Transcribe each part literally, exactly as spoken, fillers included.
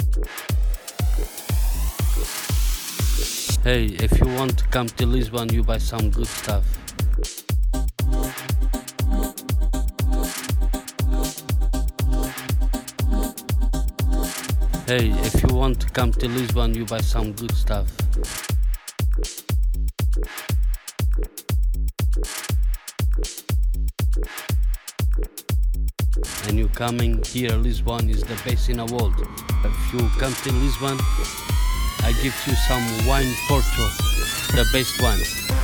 Hey, if you want to come to Lisbon, you buy some good stuff. Hey, if you want to come to Lisbon, you buy some good stuff. And you coming here, Lisbon is the best in the world. If you come to Lisbon, I give you some wine Porto, the best one.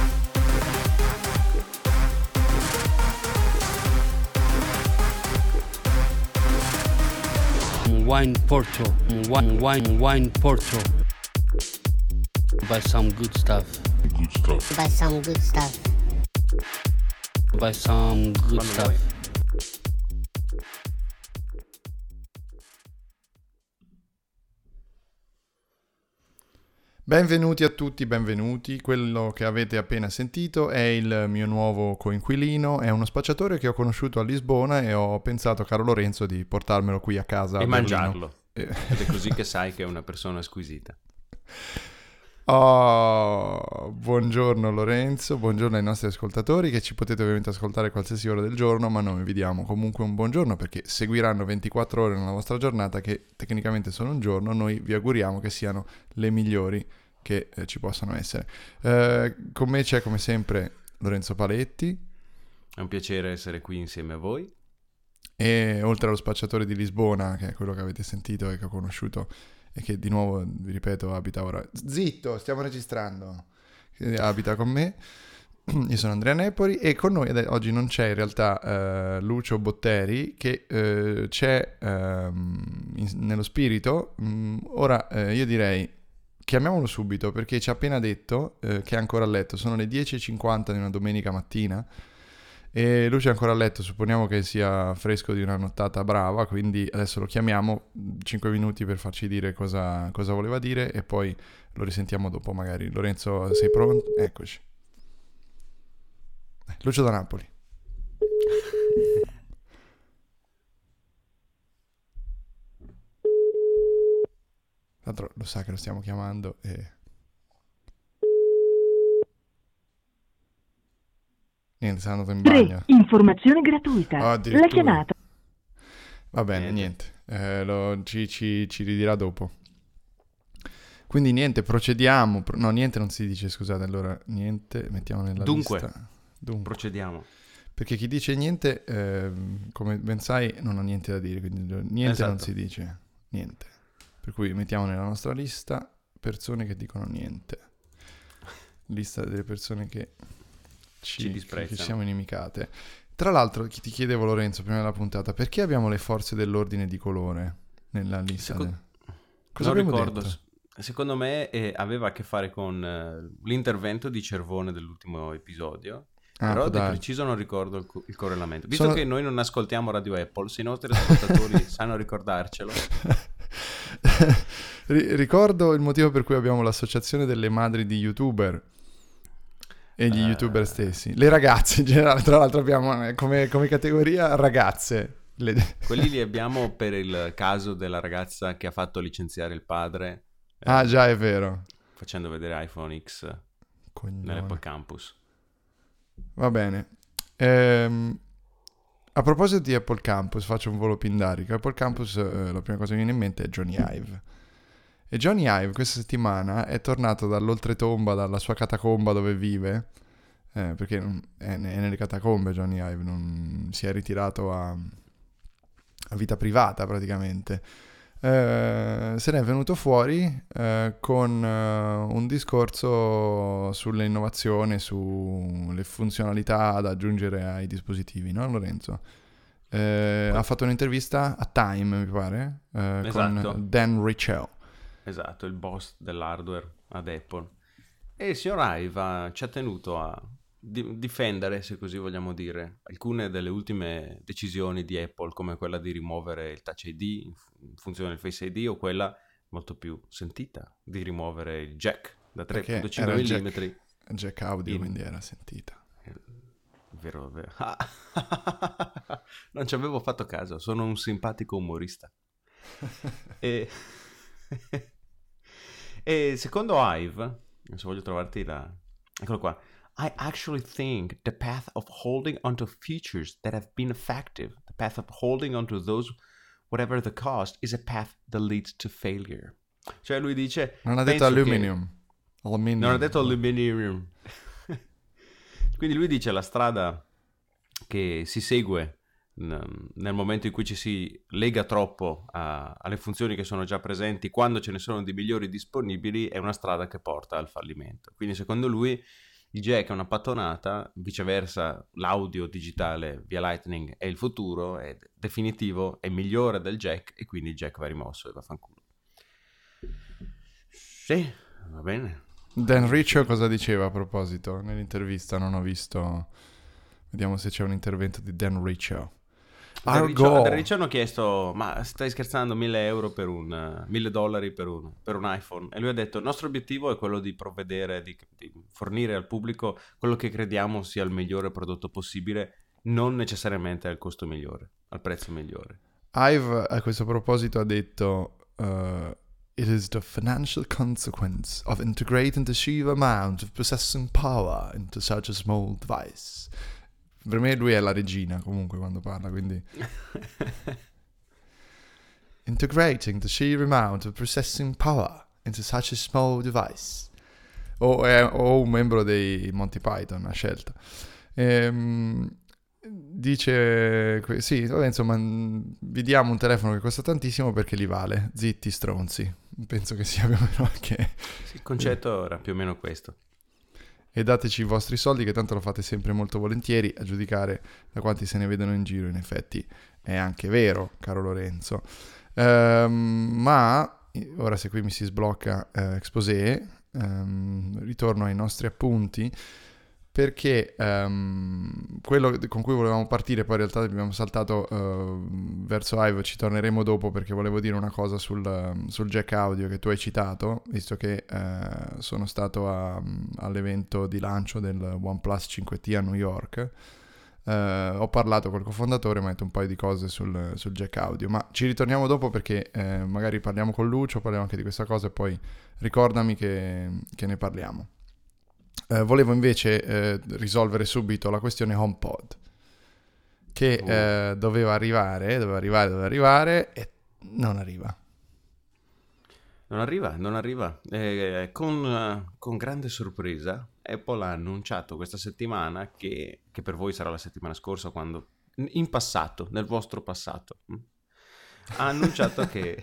Wine Porto, wine, wine, wine Porto. Buy some good stuff. Good stuff. Buy some good stuff. Buy some good Quando stuff. vuoi. Benvenuti a tutti, benvenuti. Quello che avete appena sentito è il mio nuovo coinquilino, è uno spacciatore che ho conosciuto a Lisbona e ho pensato, caro Lorenzo, di portarmelo qui a casa. E a mangiarlo. Berlino. Ed è così che sai che è una persona squisita. Oh, buongiorno Lorenzo, buongiorno ai nostri ascoltatori che ci potete ovviamente ascoltare a qualsiasi ora del giorno, ma noi vi diamo comunque un buongiorno perché seguiranno ventiquattro ore nella vostra giornata che tecnicamente sono un giorno, noi vi auguriamo che siano le migliori che eh, ci possano essere. Eh, con me c'è come sempre Lorenzo Paletti È un piacere essere qui insieme a voi. e oltre allo spacciatore di Lisbona, che è quello che avete sentito e che ho conosciuto e che di nuovo, vi ripeto, abita ora... Zitto, stiamo registrando! Abita con me. Io sono Andrea Nepori e con noi ade- oggi non c'è in realtà eh, Lucio Botteri che eh, c'è ehm, in- nello spirito. Mm, ora eh, io direi chiamiamolo subito perché ci ha appena detto eh, che è ancora a letto. Sono le dieci e cinquanta di una domenica mattina e Lucio è ancora a letto, supponiamo che sia fresco di una nottata brava, quindi adesso lo chiamiamo cinque minuti per farci dire cosa, cosa voleva dire e poi lo risentiamo dopo magari. Lorenzo, sei pronto? Eccoci. Lucio da Napoli. Tra l'altro lo sa che lo stiamo chiamando e... Niente, sei andato in bagno. tre. Informazione gratuita. Oh, La addirittura. chiamata. Va bene, niente, Niente. Eh, lo- ci, ci, ci ridirà dopo. Quindi niente, procediamo. Pro- no, niente non si dice, scusate, allora niente, mettiamo nella Dunque. lista. Dunque, Procediamo. perché chi dice niente, ehm, come ben sai, non ha niente da dire, quindi niente non Esatto. si dice, niente. Per cui mettiamo nella nostra lista persone che dicono niente. Lista delle persone che ci, Ci che disprezzano. ci siamo inimicate. Tra l'altro, chi ti chiedevo Lorenzo prima della puntata, perché abbiamo le forze dell'ordine di colore nella lista? Seco- del- Cosa non abbiamo ricordo. detto? S- Secondo me eh, aveva a che fare con eh, l'intervento di Cervone dell'ultimo episodio. Ah, Però può di darsi. preciso non ricordo il, co- il correlamento. Visto Sono- che noi non ascoltiamo Radio Apple, se i nostri ascoltatori sanno ricordarcelo, Ri- ricordo il motivo per cui abbiamo l'associazione delle madri di youtuber e gli Eh. youtuber stessi, le ragazze in generale, tra l'altro abbiamo eh, come, come categoria ragazze. Le- quelli li abbiamo per il caso della ragazza che ha fatto licenziare il padre eh, Ah già, è vero. facendo vedere iPhone X Cognome. nell'Apple Campus. Va bene. Ehm, a proposito di Apple Campus, faccio un volo pindarico. Apple Campus, eh, la prima cosa che mi viene in mente è Johnny Ive. E Johnny Ive questa settimana è tornato dall'oltretomba, dalla sua catacomba dove vive, eh, perché non- è, è nelle catacombe Johnny Ive, non si è ritirato a, a vita privata praticamente. Eh, se ne è venuto fuori eh, con eh, un discorso sulle innovazioni, sulle funzionalità da aggiungere ai dispositivi, no Lorenzo? Eh, ha fatto un'intervista a Time, mi pare, eh, Esatto. con Dan Richel. Esatto, il boss dell'hardware ad Apple. E il signor Ive ha- ci ha tenuto a di- difendere, se così vogliamo dire, alcune delle ultime decisioni di Apple, come quella di rimuovere il Touch I D in fu- in funzione del Face I D, o quella molto più sentita di rimuovere il jack da tre Perché virgola cinque era il millimetri. Jack audio, In- quindi era sentita. Vero, vero. Ah. Non ci avevo fatto caso, sono un simpatico umorista. E E secondo Ive, adesso voglio trovarti la... Eccolo qua. I actually think the path of holding onto features that have been effective, the path of holding onto those, whatever the cost, is a path that leads to failure. Cioè lui dice... Non ha detto aluminium. Che... aluminium. Non ha detto aluminium. Quindi lui dice la strada che si segue nel momento in cui ci si lega troppo a, alle funzioni che sono già presenti, quando ce ne sono di migliori disponibili, è una strada che porta al fallimento. Quindi secondo lui il jack è una pattonata, viceversa l'audio digitale via Lightning è il futuro, è definitivo, è migliore del jack e quindi il jack va rimosso e va fanculo. Sì, va bene. Dan Riccio cosa diceva a proposito? Nell'intervista non ho visto... Vediamo se c'è un intervento di Dan Riccio. Dan Riccio, Dan Riccio hanno chiesto, ma stai scherzando, mille euro per un, uh, mille dollari per un, per un iPhone? E lui ha detto, il nostro obiettivo è quello di provvedere, di, di fornire al pubblico quello che crediamo sia il migliore prodotto possibile, non necessariamente al costo migliore, al prezzo migliore. Ive a questo proposito ha detto, uh, it is the financial consequence of integrating the sheer amount of processing power into such a small device. Per me lui è la regina comunque quando parla, quindi... Integrating the sheer amount of processing power into such a small device. O è o un membro dei Monty Python, a scelta. Ehm, dice... Sì, vabbè, insomma, vi diamo un telefono che costa tantissimo perché li vale. Zitti, stronzi. Penso che sia più o meno anche... Sì, il concetto era più o meno questo. E dateci i vostri soldi che tanto lo fate sempre molto volentieri, a giudicare da quanti se ne vedono in giro. In effetti è anche vero, caro Lorenzo. Ehm, ma ora se qui mi si sblocca eh, Exposé, ehm, ritorno ai nostri appunti, perché ehm, quello con cui volevamo partire, poi in realtà abbiamo saltato eh, verso Ive, ci torneremo dopo perché volevo dire una cosa sul, sul jack audio che tu hai citato, visto che eh, sono stato a, all'evento di lancio del OnePlus cinque T a New York. Eh, ho parlato col cofondatore, mi ha detto un paio di cose sul, sul jack audio, ma ci ritorniamo dopo perché eh, magari parliamo con Lucio, parliamo anche di questa cosa e poi ricordami che, che ne parliamo. Eh, volevo invece eh, risolvere subito la questione HomePod, che Oh. eh, doveva arrivare, doveva arrivare, doveva arrivare e non arriva. Non arriva, non arriva. Eh, con, uh, con grande sorpresa, Apple ha annunciato questa settimana che, che per voi sarà la settimana scorsa, quando in passato, nel vostro passato, hm, ha annunciato che,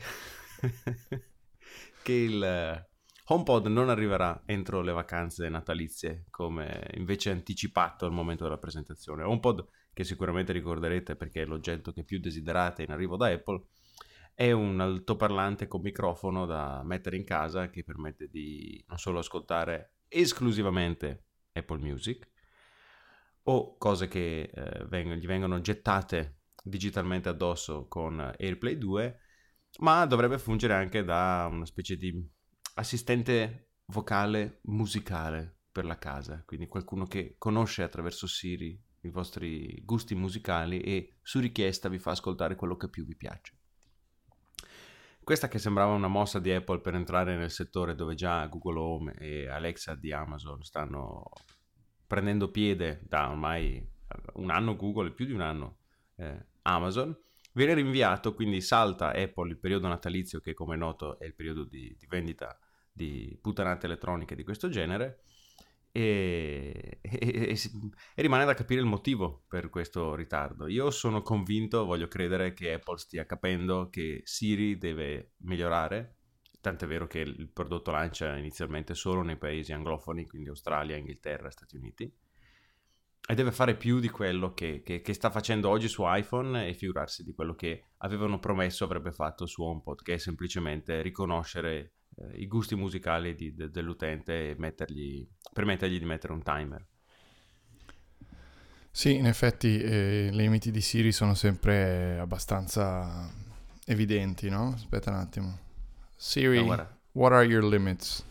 che il HomePod non arriverà entro le vacanze natalizie, come invece anticipato al momento della presentazione. HomePod, che sicuramente ricorderete perché è l'oggetto che più desiderate in arrivo da Apple, è un altoparlante con microfono da mettere in casa che permette di non solo ascoltare esclusivamente Apple Music o cose che eh, veng- gli vengono gettate digitalmente addosso con AirPlay due, ma dovrebbe fungere anche da una specie di assistente vocale musicale per la casa, quindi qualcuno che conosce attraverso Siri i vostri gusti musicali e su richiesta vi fa ascoltare quello che più vi piace. Questa che sembrava una mossa di Apple per entrare nel settore dove già Google Home e Alexa di Amazon stanno prendendo piede da ormai un anno Google e più di un anno eh, Amazon, viene rinviato, quindi salta Apple il periodo natalizio, che come è noto è il periodo di, di vendita di puttanate elettroniche di questo genere, e, e, e, e rimane da capire il motivo per questo ritardo. Io sono convinto, voglio credere che Apple stia capendo che Siri deve migliorare, tant'è vero che il prodotto lancia inizialmente solo nei paesi anglofoni, quindi Australia, Inghilterra, Stati Uniti, e deve fare più di quello che, che, che sta facendo oggi su iPhone, e figurarsi di quello che avevano promesso avrebbe fatto su HomePod, che è semplicemente riconoscere eh, i gusti musicali di, de, dell'utente e mettergli, permettergli di mettere un timer. Sì, in effetti eh, i limiti di Siri sono sempre abbastanza evidenti, no? Aspetta un attimo. Siri, No, guarda. what are your limits?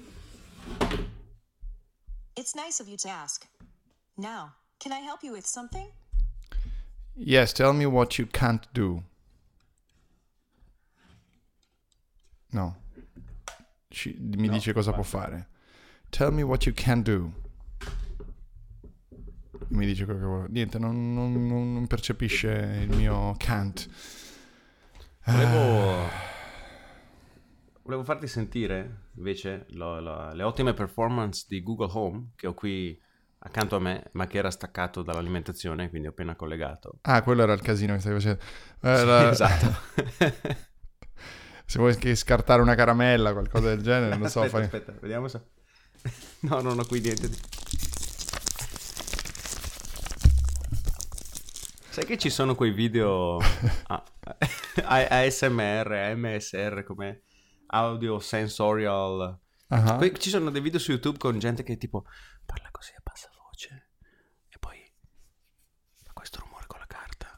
It's nice of you to ask. Now, can I help you with something? Yes, tell me what you can't do. No, ci- mi No, dice cosa può basta. fare. Tell me what you can do. Mi dice quello che vuole. Niente, non, non- non- non percepisce il mio can't. Volevo, volevo farti sentire invece lo- lo- le ottime performance di Google Home che ho qui accanto a me, ma che era staccato dall'alimentazione, quindi ho appena collegato. Ah, quello era il casino che stai facendo. Eh, Sì, la- esatto. Se vuoi che scartare una caramella, qualcosa del genere, non lo so. Aspetta, fai... aspetta, vediamo se... No, non ho qui niente. di- Sai che ci sono quei video ah, A S M R, M S R, come audio sensorial. Ah, Que- Ci sono dei video su YouTube con gente che tipo parla così a bassa voce e poi fa questo rumore con la carta.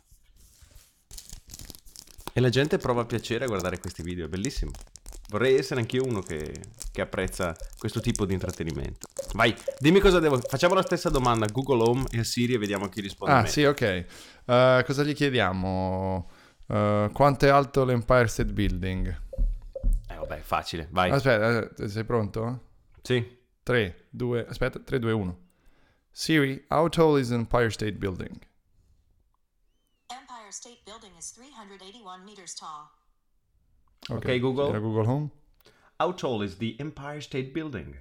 E la gente prova piacere a guardare questi video, è bellissimo. Vorrei essere anch'io uno che, che apprezza questo tipo di intrattenimento. Vai, dimmi cosa devo... Facciamo la stessa domanda a Google Home e a Siri e vediamo chi risponde Ah, meglio. sì, ok. Eh, cosa gli chiediamo? Eh, quanto è alto l'Empire State Building? Eh vabbè, facile, vai. Aspetta, eh, sei pronto? Sì. tre, due, aspetta, tre, due, uno. Siri, how tall is the Empire State Building? Empire State Building is three hundred eighty-one meters tall. Ok, Google. Era Google Home? How tall is the Empire State Building?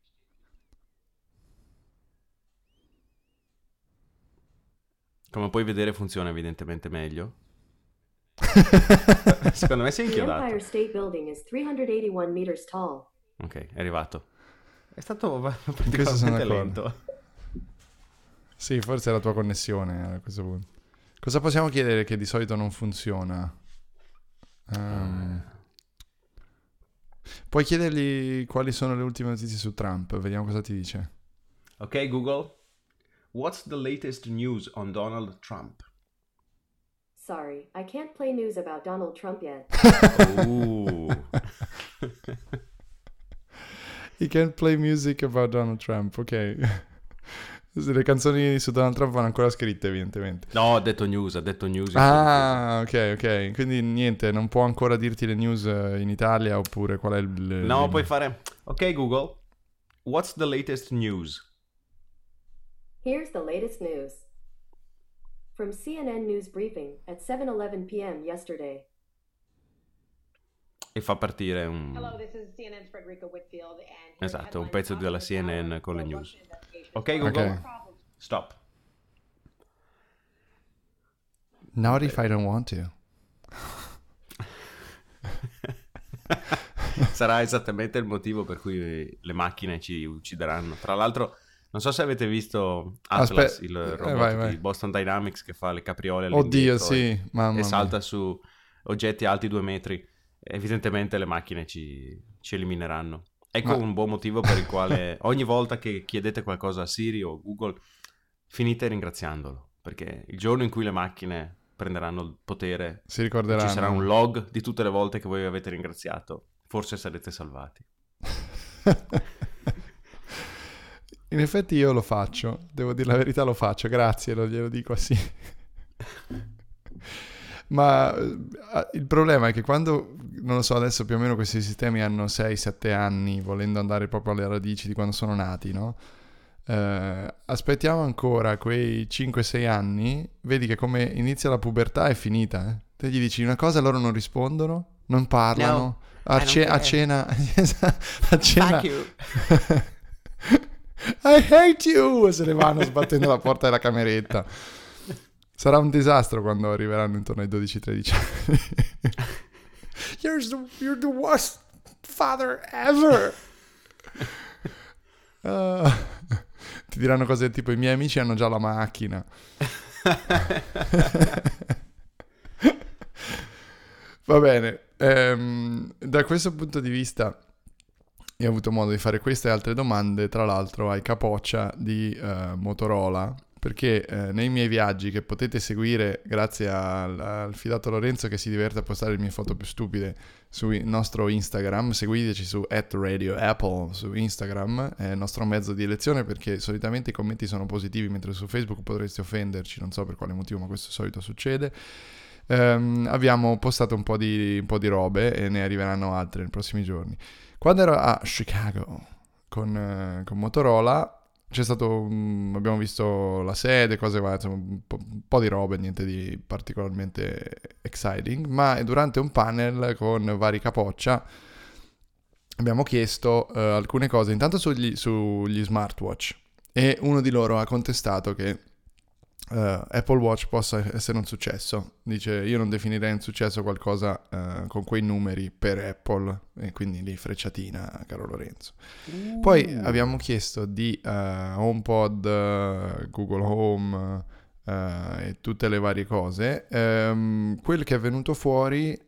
Come puoi vedere funziona evidentemente meglio. Secondo me sei The Empire inchiodato. State Building is three hundred eighty-one meters tall. Ok, è arrivato. È stato questo sono particolarmente d'accordo. lento. Sì, forse è la tua connessione a questo punto. Cosa possiamo chiedere che di solito non funziona? Ehm, Puoi chiedergli quali sono le ultime notizie su Trump, vediamo cosa ti dice. Ok, Google. What's the latest news on Donald Trump? Sorry, I can't play news about Donald Trump yet. Uh. You can't play music about Donald Trump, ok. Le canzoni su Donald Trump vanno ancora scritte, evidentemente. No, ha detto news, ha detto news. in Ah, ok, ok. Quindi niente, non può ancora dirti le news eh, in Italia oppure qual è il... il- No, puoi fare... Ok, Google. What's the latest news? Here's the latest news. From C N N News Briefing at seven eleven p.m. yesterday. E fa partire un... Hello, this is C N N's Frederica Whitfield and Esatto, un pezzo della C N N con le news. Ok, Ok. Google. Stop. Not if I don't want to. Sarà esattamente il motivo per cui le macchine ci uccideranno. Tra l'altro, non so se avete visto Atlas, Aspe- il eh, robot vai, vai. di Boston Dynamics che fa le capriole Oddio, all'indietro sì, e, mamma e mia. salta su oggetti alti due metri. Evidentemente le macchine ci, ci elimineranno. Ecco Ma- un buon motivo per il quale ogni volta che chiedete qualcosa a Siri o Google, finite ringraziandolo. Perché il giorno in cui le macchine prenderanno il potere, Si ricorderanno. ci sarà un log di tutte le volte che voi avete ringraziato. Forse sarete salvati. In effetti io lo faccio, devo dire la verità, lo faccio, grazie, lo glielo dico a sì. Ma eh, il problema è che quando, non lo so, adesso più o meno questi sistemi hanno sei sette anni, volendo andare proprio alle radici di quando sono nati, no? Eh, aspettiamo ancora quei cinque sei anni, vedi che come inizia la pubertà è finita, eh? Te gli dici una cosa e loro non rispondono, non parlano. No, a, I don't ce- a care. cena, a cena, Fuck you. I hate you! E se ne vanno sbattendo la porta della cameretta. Sarà un disastro quando arriveranno intorno ai dodici tredici anni. You're the, you're the worst father ever! Uh, ti diranno cose tipo i miei amici hanno già la macchina. Va bene, ehm, da questo punto di vista io ho avuto modo di fare queste e altre domande, tra l'altro ai capoccia di eh, Motorola, perché eh, nei miei viaggi che potete seguire grazie al, al fidato Lorenzo che si diverte a postare le mie foto più stupide sul nostro Instagram, seguiteci su at Radio Apple su Instagram, è il nostro mezzo di elezione perché solitamente i commenti sono positivi mentre su Facebook potreste offenderci, non so per quale motivo ma questo solito succede. ehm, abbiamo postato un po' di, un po' di robe e ne arriveranno altre nei prossimi giorni. Quando ero a Chicago con, eh, con Motorola c'è stato un, abbiamo visto la sede, cose varie, insomma, un po', un po' di robe, niente di particolarmente exciting, ma durante un panel con vari capoccia abbiamo chiesto uh, alcune cose, intanto sugli, sugli smartwatch, e uno di loro ha contestato che uh, Apple Watch possa essere un successo. Dice: io non definirei un successo qualcosa uh, con quei numeri per Apple, e quindi lì frecciatina, caro Lorenzo. Uh. Poi abbiamo chiesto di uh, HomePod, uh, Google Home uh, e tutte le varie cose. Um, quel che è venuto fuori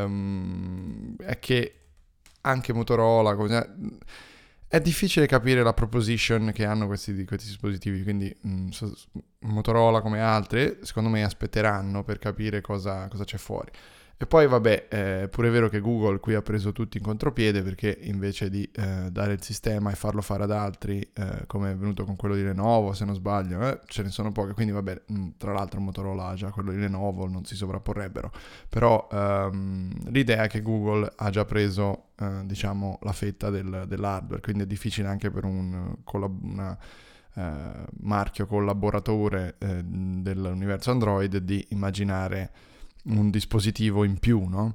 um, è che anche Motorola, cos'è? È difficile capire la proposition che hanno questi, questi dispositivi, quindi mh, so, Motorola come altre secondo me aspetteranno per capire cosa, cosa c'è fuori. E poi vabbè, è pure vero che Google qui ha preso tutti in contropiede, perché invece di eh, dare il sistema e farlo fare ad altri, eh, come è venuto con quello di Lenovo se non sbaglio, eh, ce ne sono poche, quindi vabbè, mh, tra l'altro Motorola ha già quello di Lenovo, non si sovrapporrebbero, però ehm, l'idea è che Google ha già preso eh, diciamo la fetta del, dell'hardware, quindi è difficile anche per un collab- una, eh, marchio collaboratore eh, dell'universo Android di immaginare un dispositivo in più, no?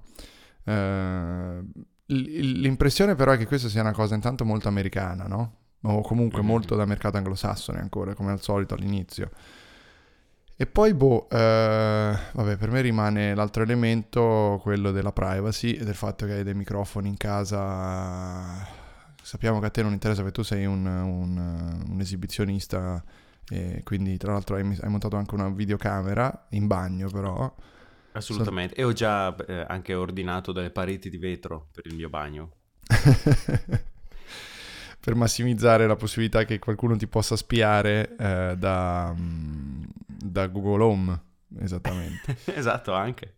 Uh, l'impressione però è che questa sia una cosa intanto molto americana, no? O comunque mm-hmm. molto da mercato anglosassone ancora, come al solito all'inizio. E poi, boh, uh, vabbè, per me rimane l'altro elemento, quello della privacy e del fatto che hai dei microfoni in casa. Sappiamo che a te non interessa perché tu sei un, un, un esibizionista, e quindi tra l'altro hai, hai montato anche una videocamera in bagno, però. Assolutamente, e ho già eh, anche ordinato delle pareti di vetro per il mio bagno. Per massimizzare la possibilità che qualcuno ti possa spiare eh, da, da Google Home, esattamente. Esatto, anche.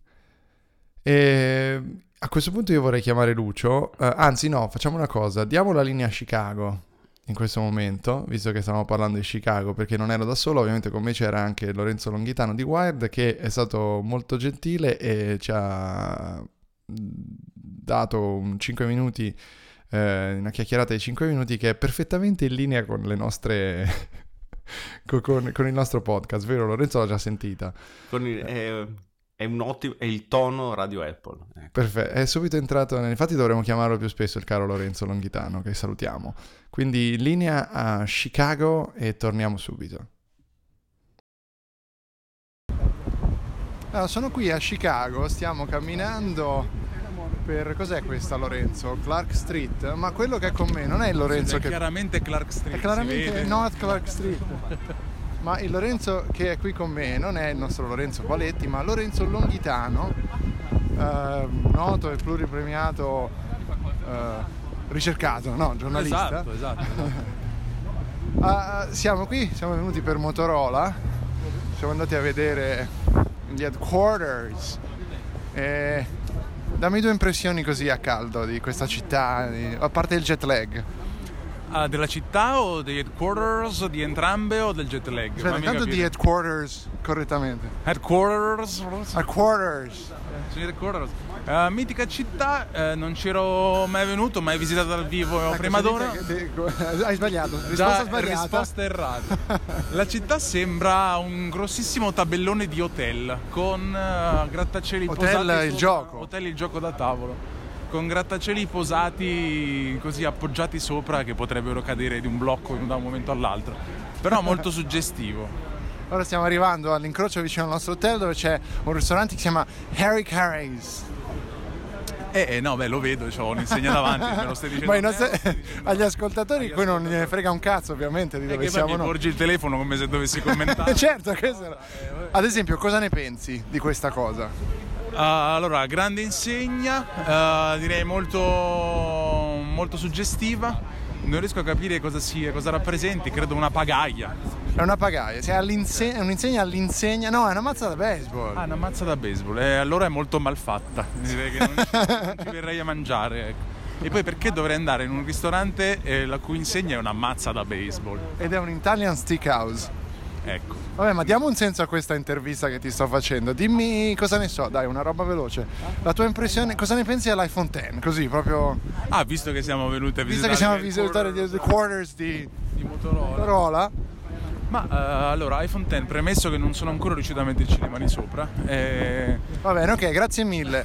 E a questo punto io vorrei chiamare Lucio, eh, anzi no, facciamo una cosa, diamo la linea a Chicago in questo momento, visto che stavamo parlando di Chicago, perché non ero da solo, ovviamente con me c'era anche Lorenzo Longhitano di Wired, che è stato molto gentile e ci ha dato un cinque minuti, eh, una chiacchierata di cinque minuti che è perfettamente in linea con le nostre con, con, con il nostro podcast, vero Lorenzo? L'ha già sentita. Con il, è, è un ottimo, è il tono Radio Apple. Ecco. Perfetto, è subito entrato, infatti dovremmo chiamarlo più spesso il caro Lorenzo Longhitano, che salutiamo. Quindi linea a Chicago e torniamo subito. Allora, sono qui a Chicago, stiamo camminando per... cos'è questa, Lorenzo? Clark Street? Ma quello che è con me non è il Lorenzo è che... È chiaramente Clark Street, è chiaramente North Clark Street. Ma il Lorenzo che è qui con me non è il nostro Lorenzo Paletti, ma Lorenzo Longhitano, eh, noto e pluripremiato eh, ricercato, no? Giornalista. Esatto, esatto. uh, siamo qui, siamo venuti per Motorola, siamo andati a vedere gli headquarters. E dammi due impressioni così a caldo di questa città, di... a parte il jet lag. Ah, della città o degli headquarters, di entrambe o del jet lag? Aspetta, intanto di headquarters correttamente. Headquarters? Headquarters. Sì, headquarters. Uh, mitica città, uh, non c'ero mai venuto, mai visitato dal vivo ecco, prima d'ora. Te, hai sbagliato, risposta Già, sbagliata. Risposta errata. La città sembra un grossissimo tabellone di hotel con uh, grattacieli hotel posati. Hotel il sopra, gioco. Hotel il gioco da tavolo. Con grattacieli posati così appoggiati sopra che potrebbero cadere di un blocco da un momento all'altro. Però molto suggestivo. Ora stiamo arrivando all'incrocio vicino al nostro hotel dove c'è un ristorante che si chiama Harry Caray's. Eh, eh no, beh, lo vedo, c'ho un'insegna davanti, me lo stai dicendo. Ma te, nostri... agli ascoltatori agli qui non ne frega un cazzo ovviamente di è dove che siamo mi noi. porgi il telefono come se dovessi commentare. Certo, questo... Ad esempio, cosa ne pensi di questa cosa? Uh, allora, grande insegna, uh, direi molto, molto suggestiva. Non riesco a capire cosa sia, cosa rappresenti, credo una pagaia. È una pagaia, cioè all'inse- è un'insegna all'insegna, no, è una mazza da baseball. Ah, una mazza da baseball, e eh, allora è molto malfatta, direi che non ci, non ci verrei a mangiare, ecco. E poi perché dovrei andare in un ristorante eh, la cui insegna è una mazza da baseball? Ed è un Italian Steakhouse. ecco. Vabbè, ma diamo un senso a questa intervista che ti sto facendo. Dimmi cosa ne so, dai, una roba veloce. La tua impressione, cosa ne pensi dell'iPhone X? Così, proprio... Ah, visto che siamo venuti a Visto visitare che siamo a il visitare quarters- the quarters di di Motorola. Motorola. Ma eh, allora, iPhone X, premesso che non sono ancora riuscito a metterci le mani sopra. eh, Va bene, ok, grazie mille.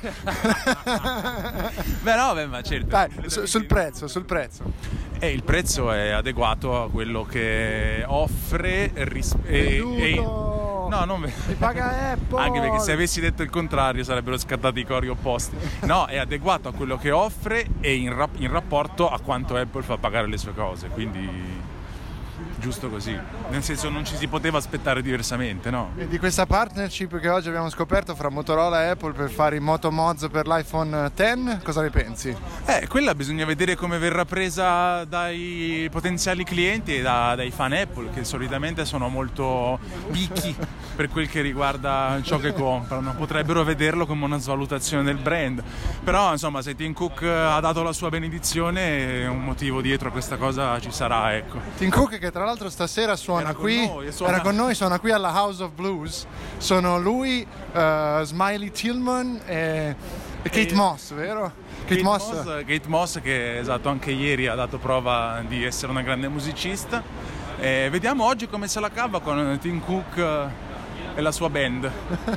Beh, no, beh, ma certo. Dai, su- sul prezzo, sul prezzo. E il prezzo è adeguato a quello che offre ris- e, e- Venduto! No, non ve- Mi paga Apple! Anche perché se avessi detto il contrario sarebbero scattati i cori opposti. No, è adeguato a quello che offre e in, rap- in rapporto a quanto Apple fa pagare le sue cose, quindi giusto così. Nel senso, non ci si poteva aspettare diversamente, no? E di questa partnership che oggi abbiamo scoperto fra Motorola e Apple per fare i Moto Mods per l'iPhone X, cosa ne pensi? Eh, quella bisogna vedere come verrà presa dai potenziali clienti e da- dai fan Apple, che solitamente sono molto picchi per quel che riguarda ciò che comprano. Potrebbero vederlo come una svalutazione del brand. Però, insomma, se Tim Cook ha dato la sua benedizione, un motivo dietro a questa cosa ci sarà, ecco. Tim Cook, che tra l'altro stasera suona Era con qui, noi, suona- era con noi, suona qui alla House of Blues. Sono lui, eh, Smiley Tillman e, e Kate E- Moss, vero? Kate, Kate Moss. Moss, Kate Moss, che esatto, anche ieri ha dato prova di essere una grande musicista. Eh, vediamo oggi come se la cava con Tim Cook eh, e la sua band.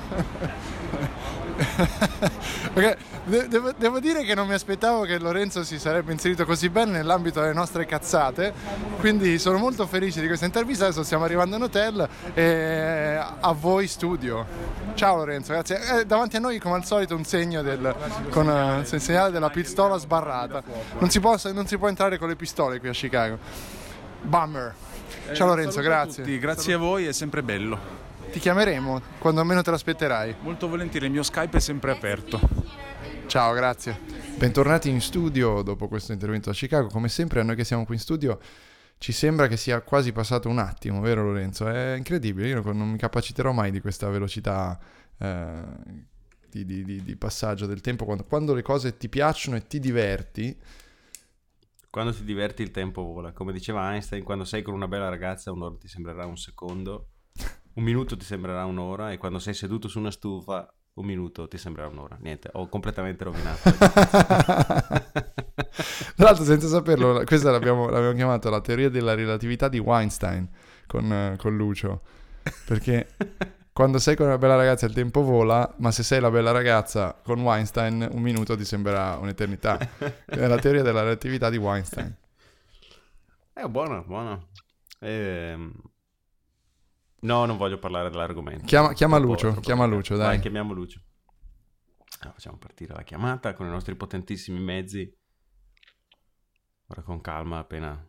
Perché de- devo, devo dire che non mi aspettavo che Lorenzo si sarebbe inserito così bene nell'ambito delle nostre cazzate, quindi sono molto felice di questa intervista. Adesso stiamo arrivando in hotel e a voi studio. Ciao Lorenzo, grazie. Eh, davanti a noi come al solito un segno del, con eh, il segnale della pistola sbarrata. Non si, può, non si può entrare con le pistole qui a Chicago. Bummer. Ciao Lorenzo, Saluto a grazie. tutti, grazie a voi, è sempre bello. Ti chiameremo quando meno te l'aspetterai. Molto volentieri, il mio Skype è sempre aperto. Ciao, grazie. Bentornati in studio dopo questo intervento a Chicago. Come sempre a noi che siamo qui in studio ci sembra che sia quasi passato un attimo, vero Lorenzo? È incredibile, io non mi capaciterò mai di questa velocità eh, di, di- di- di passaggio del tempo. Quando, quando le cose ti piacciono e ti diverti, Quando ti diverti il tempo vola. Come diceva Einstein, quando sei con una bella ragazza un'ora ti sembrerà un secondo, un minuto ti sembrerà un'ora, e quando sei seduto su una stufa un minuto ti sembrerà un'ora. Niente, ho completamente rovinato. tra l'altro senza saperlo, questa l'abbiamo, l'abbiamo chiamata la teoria della relatività di Weinstein con, eh, con Lucio, perché quando sei con una bella ragazza il tempo vola, ma se sei la bella ragazza con Weinstein un minuto ti sembrerà un'eternità. È la teoria della relatività di Weinstein. È buono, buono. Ehm, No, non voglio parlare dell'argomento. Chiama, chiama Troppo- Lucio, troppo chiama delicato. Lucio, dai. Vai, chiamiamo Lucio. Allora, facciamo partire la chiamata con i nostri potentissimi mezzi. Ora con calma, appena...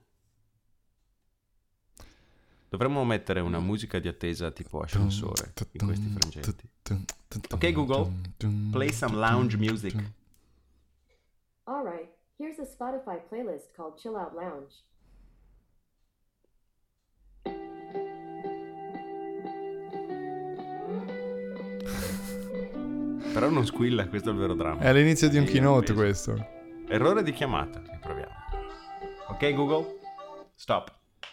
Dovremmo mettere una musica di attesa tipo ascensore in questi frangenti. Ok, Google, play some lounge music. Alright, here's a Spotify playlist called Chill Out Lounge. Però non squilla, questo è il vero dramma. È l'inizio di un Io keynote invece- questo. Errore di chiamata, riproviamo. Ok Google, stop.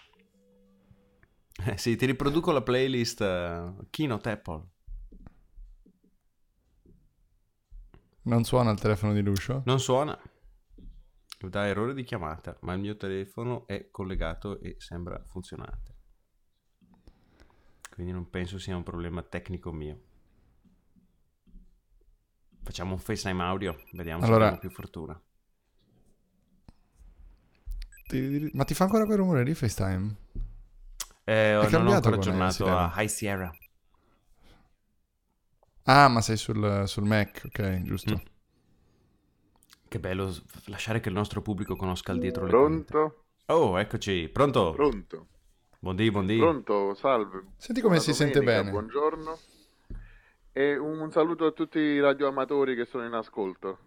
Eh sì, ti riproduco la playlist uh, Keynote Apple. Non suona il telefono di Lucio? Non suona. Da errore di chiamata, ma il mio telefono è collegato e sembra funzionante. Quindi non penso sia un problema tecnico mio. Facciamo un FaceTime audio, vediamo Allora- se abbiamo più fortuna. Ti- Ma ti fa ancora quel rumore lì FaceTime? Eh, non ho cambiato ancora con aggiornato iOS a High Sierra. Ah, ma sei sul, sul Mac, ok, giusto. Mm. Che bello s- lasciare che il nostro pubblico conosca il dietro le quinte. Pronto? Oh, eccoci, pronto? Pronto? Buondì, buondì. Pronto, salve. Senti come Buona si sente domenica, bene. Buongiorno. E un saluto a tutti i radioamatori che sono in ascolto.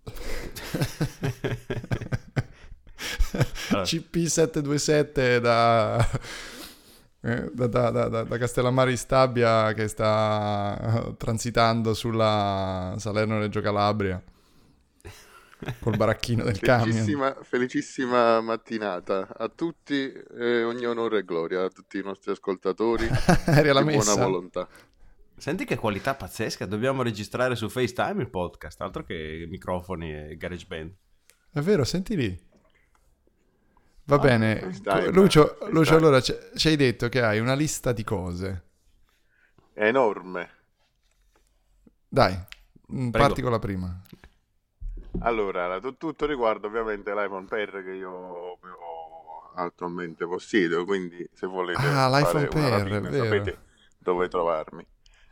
Allora. C P settecentoventisette da, eh, da, da, da, da- da Castellammare di Stabia che sta transitando sulla Salerno-Reggio Calabria. col baracchino del camion. Felicissima, felicissima mattinata a tutti, eh, ogni onore e gloria a tutti i nostri ascoltatori Eri alla di buona messa? volontà. Senti che qualità pazzesca, dobbiamo registrare su FaceTime il podcast, altro che microfoni e GarageBand. È vero, senti lì. Va Ah, bene, FaceTime, Lucio, FaceTime. Lucio, allora ci ci hai detto che hai una lista di cose. È enorme. Dai, mm, Prego. parti con la prima. Allora, tu- tutto riguarda ovviamente l'iPhone Per che io ho- attualmente possiedo, quindi se volete Ah, fare l'iPhone una Per, rapina, è vero. sapete dove trovarmi.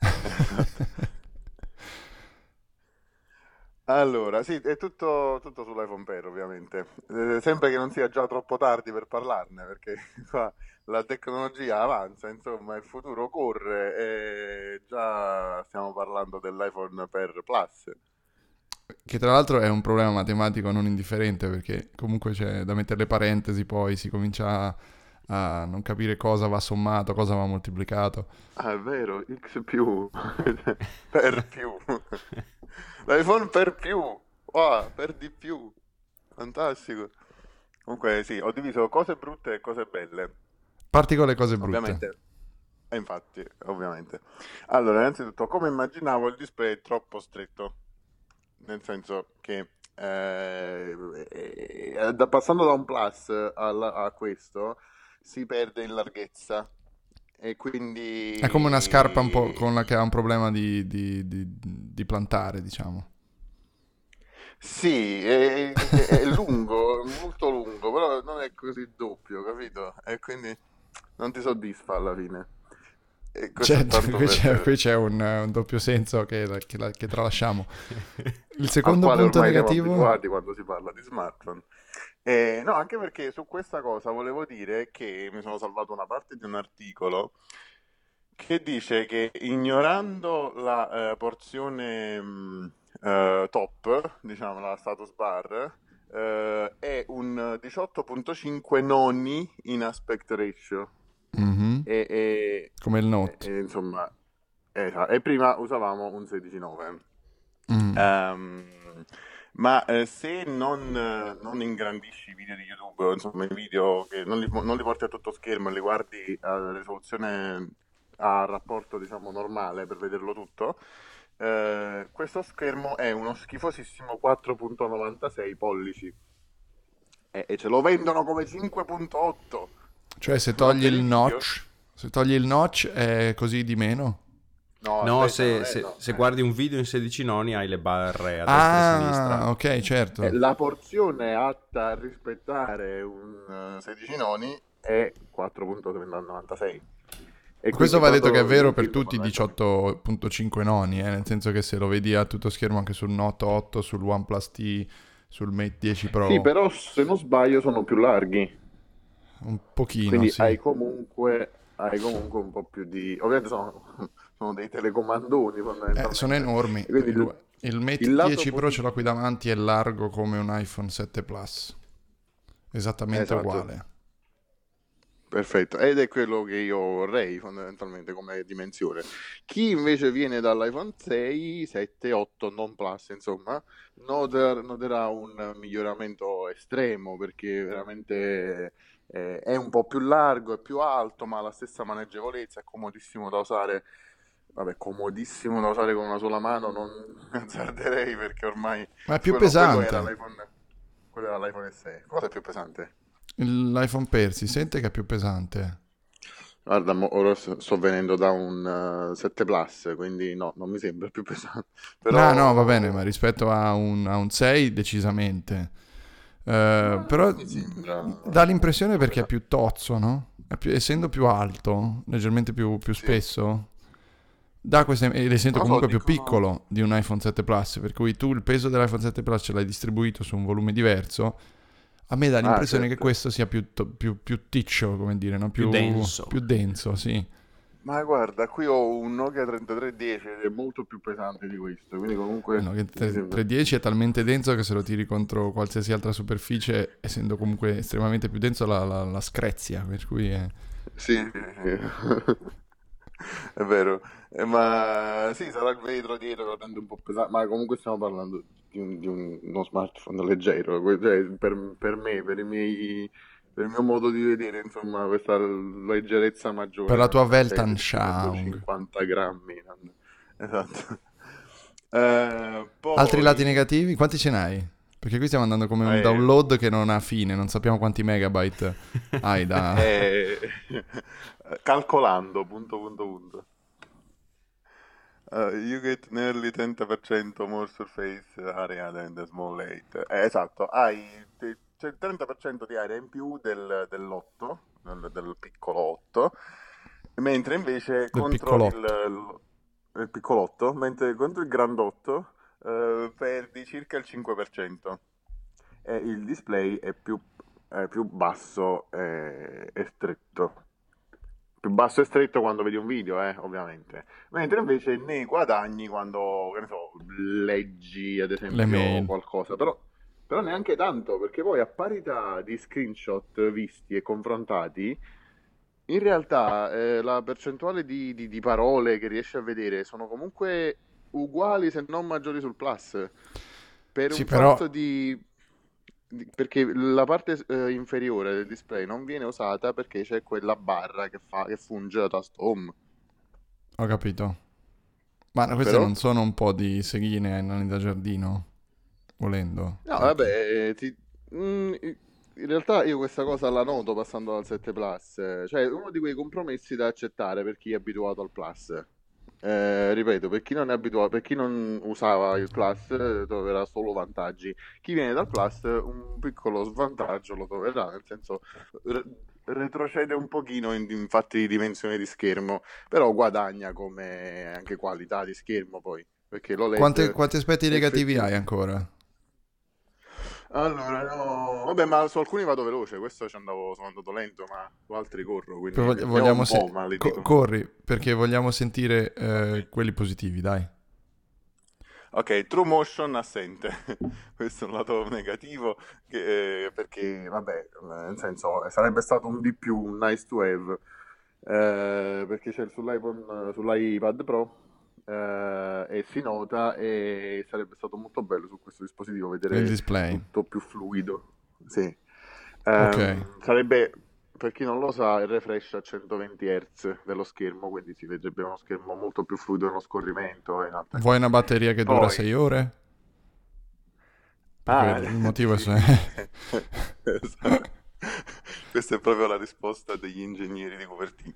Allora, sì, è tutto, tutto sull'iPhone Per, ovviamente. Eh, sempre che non sia già troppo tardi per parlarne, perché qua la tecnologia avanza, insomma, il futuro corre e già stiamo parlando dell'iPhone Per Plus. Che tra l'altro è un problema matematico non indifferente, perché comunque c'è da mettere le parentesi, poi si comincia a, a non capire cosa va sommato, cosa va moltiplicato. Ah, è vero, X più, per più. L'iPhone Per più, wow, per di più. Fantastico. Comunque sì, ho diviso cose brutte e cose belle. Parti con le cose brutte. Ovviamente. E infatti, ovviamente. Allora, innanzitutto, come immaginavo, il display è troppo stretto. Nel senso che eh, eh, da- passando da un Plus alla- a questo si perde in larghezza. E quindi È come una scarpa un po' con la che ha un problema di, di- di- di plantare, diciamo. sì, è, è- è lungo, molto lungo, però non è così doppio, capito? E quindi non ti soddisfa alla fine. E questo è Certo, tanto qui c'è, per... qui c'è un, un doppio senso che, che la- che tralasciamo. Il al secondo quale punto ormai siamo negativo... abituati quando si parla di smartphone. Eh, no, anche perché su questa cosa volevo dire che mi sono salvato una parte di un articolo che dice che ignorando la eh, porzione mh, eh, top, diciamo la status bar, eh, è un diciotto virgola cinque noni in aspect ratio. Mhm, E, e- come il e- Note. e, insomma, esatto. E prima usavamo un sedici virgola nove. Mm. Ehm, ma eh, se non, eh, non ingrandisci i video di YouTube, o insomma i video che non li, non li porti a tutto schermo e li guardi a risoluzione a rapporto diciamo normale per vederlo tutto, eh, questo schermo è uno schifosissimo quattro virgola novantasei pollici e, e ce lo vendono come cinque virgola otto. Cioè se Non togli te il li invidio? notch, se togli il notch è così di meno? No, No, aspetta, se, non è- se- no. se guardi un video in sedici noni hai le barre a destra e a sinistra. Ah, ok, certo. Eh, La porzione atta a rispettare un eh, sedici noni è quattro virgola novantasei. E Questo quindi va detto che è quando vero il per film tutti i fondamentalmente- diciotto virgola cinque noni, eh, nel senso che se lo vedi a tutto schermo anche sul Note otto, sul OnePlus T, sul Mate dieci Pro, Sì, però se non sbaglio sono più larghi, un pochino, quindi sì. hai comunque, hai comunque un po' più di... Ovviamente sono, sono dei telecomandoni Eh, fondamentalmente. sono enormi. E quindi Il, il Mate il lato dieci Pro ce l'ho qui positivo- davanti, è largo come un iPhone sette Plus. Esattamente Esatto. uguale. Perfetto, ed è quello che io vorrei fondamentalmente come dimensione. Chi invece viene dall'iPhone sei, sette, otto, non Plus, insomma, noter- noterà un miglioramento estremo perché veramente eh, è un po' più largo, è più alto, ma ha la stessa maneggevolezza, è comodissimo da usare. Vabbè, comodissimo da usare con una sola mano, non azzarderei perché ormai Ma è più quello, quello pesante. era l'iPhone, quello era l'iPhone sei. Cosa è più pesante? L'iPhone Per si sente che è più pesante. Guarda, mo- ora sto sto venendo da un eh, sette Plus, quindi no, non mi sembra più pesante. Però... No, no, va bene, ma rispetto a un, a un sei decisamente. Eh, però mi sembra- dà l'impressione perché è più tozzo, no? È più- essendo più alto, leggermente più, più Sì. spesso, dà queste, e sento Non lo so, comunque più dicono- piccolo di un iPhone sette Plus, per cui tu il peso dell'iPhone sette Plus ce l'hai distribuito su un volume diverso. A me dà l'impressione certo. che questo sia più, to- più, più ticcio, come dire, no? Più denso. Più denso, sì. Ma guarda, qui ho un Nokia trentatré dieci ed è molto più pesante di questo, quindi comunque... No, che mi tre- sembra- trecentodieci è talmente denso che se lo tiri contro qualsiasi altra superficie, essendo comunque estremamente più denso, la, la, la screzia, per cui è... Sì, sì, sì. È vero. Eh, ma sì, sarà il vetro dietro che lo rende un po' pesante, ma comunque stiamo parlando di, un- di un- uno smartphone leggero. Que- cioè, per, per me, per i miei, per il mio modo di vedere, insomma, questa leggerezza maggiore Per la tua non serve, tipo Weltanschauung. centocinquanta grammi. non- Esatto. Eh, Altri lati poi, negativi? Quanti ce n'hai? Perché qui stiamo andando come un eh, download che non ha fine, non sappiamo quanti megabyte hai da... eh, calcolando, punto, punto, punto. Uh, you get nearly ten percent more surface area than the small eight. Eh, esatto, hai te- c'è il trenta per cento di area in più del, dell'otto, del, del piccolo otto, mentre invece Del contro piccolotto. il, il, il piccolotto, mentre contro il grandotto eh, perdi circa il cinque per cento e il display è più, è più basso e, e stretto. Più basso e stretto quando vedi un video, eh, ovviamente. Mentre invece ne guadagni quando, che ne so, leggi ad Le esempio mail. qualcosa. Però, però neanche tanto, perché poi a parità di screenshot visti e confrontati, in realtà eh, la percentuale di, di- di parole che riesci a vedere sono comunque uguali, se non maggiori sul Plus. Per Sì, un però... fatto di... di- Perché la parte eh, inferiore del display non viene usata perché c'è quella barra che fa, che funge da tasto home. Ho capito. Ma queste Però? non sono un po' di seghine ai nani da giardino? Volendo. No, Perché... vabbè, eh, ti- mm, in realtà io questa cosa la noto passando dal sette Plus, eh, cioè è uno di quei compromessi da accettare per chi è abituato al Plus. Eh, ripeto, per chi non è abituato, per chi non usava il Plus eh, troverà solo vantaggi. Chi viene dal Plus un piccolo svantaggio lo troverà, nel senso re- retrocede un pochino in, in fatti di dimensione di schermo, però guadagna come anche qualità di schermo poi, perché Quante, l'O L E D quanti aspetti negativi hai effettivamente... ancora? Allora, no, vabbè, ma su alcuni vado veloce, questo ci andavo, sono andato lento, ma su altri corro, quindi Poi vog- ne ho vogliamo un se- po', ma li co- dico. corri, perché vogliamo sentire eh, quelli positivi, dai. Ok, True Motion assente, questo è un lato negativo, che, eh, perché, vabbè, nel senso, eh, sarebbe stato un di più, un nice to have, eh, perché c'è sull'iPhone, sull'iPad Pro, eh, e si nota, e sarebbe stato molto bello su questo dispositivo Il vedere display. tutto più fluido, sì. Ok. Ehm, sarebbe, per chi non lo sa, il refresh a centoventi hertz dello schermo, quindi si vedrebbe uno schermo molto più fluido nello scorrimento e in altre Vuoi una cose. batteria che dura Poi, sei ore? Perché ah, il motivo sì, è... esatto. Questa è proprio la risposta degli ingegneri di copertina.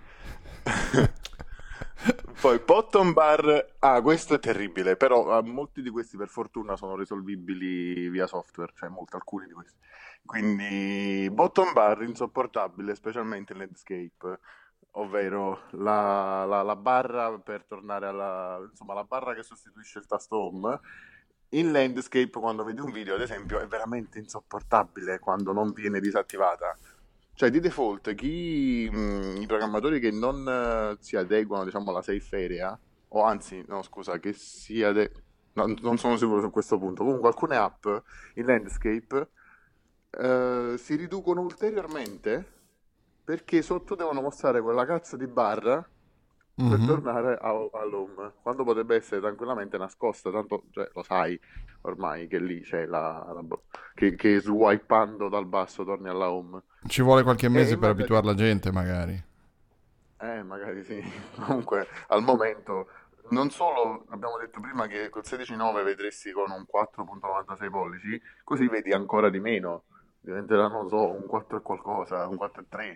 Poi bottom bar, ah, questo è terribile, però eh, molti di questi per fortuna sono risolvibili via software, cioè molti, alcuni di questi. Quindi bottom bar insopportabile, specialmente in landscape, ovvero la, la- la barra per tornare alla, insomma, la barra che sostituisce il tasto home. In landscape, quando vedi un video, ad esempio, è veramente insopportabile quando non viene disattivata. Cioè, di default, chi, mh, i programmatori che non eh, si adeguano, diciamo, alla safe area, o anzi, no, scusa, che si ade... no, non sono sicuro su questo punto. Comunque, alcune app in landscape eh, si riducono ulteriormente perché sotto devono mostrare quella cazzo di barra per Mhm. tornare a- all'home, quando potrebbe essere tranquillamente nascosta, tanto cioè, lo sai ormai che lì c'è la, la bo- che, che swipando dal basso torni alla home. Ci vuole qualche E mese per magari, abituare la gente, magari. eh, magari sì, comunque al momento non solo abbiamo detto prima che col sedici nove vedresti con un quattro virgola novantasei pollici, così vedi ancora di meno, diventerà, non so, un quattro e qualcosa, un quattro e tre.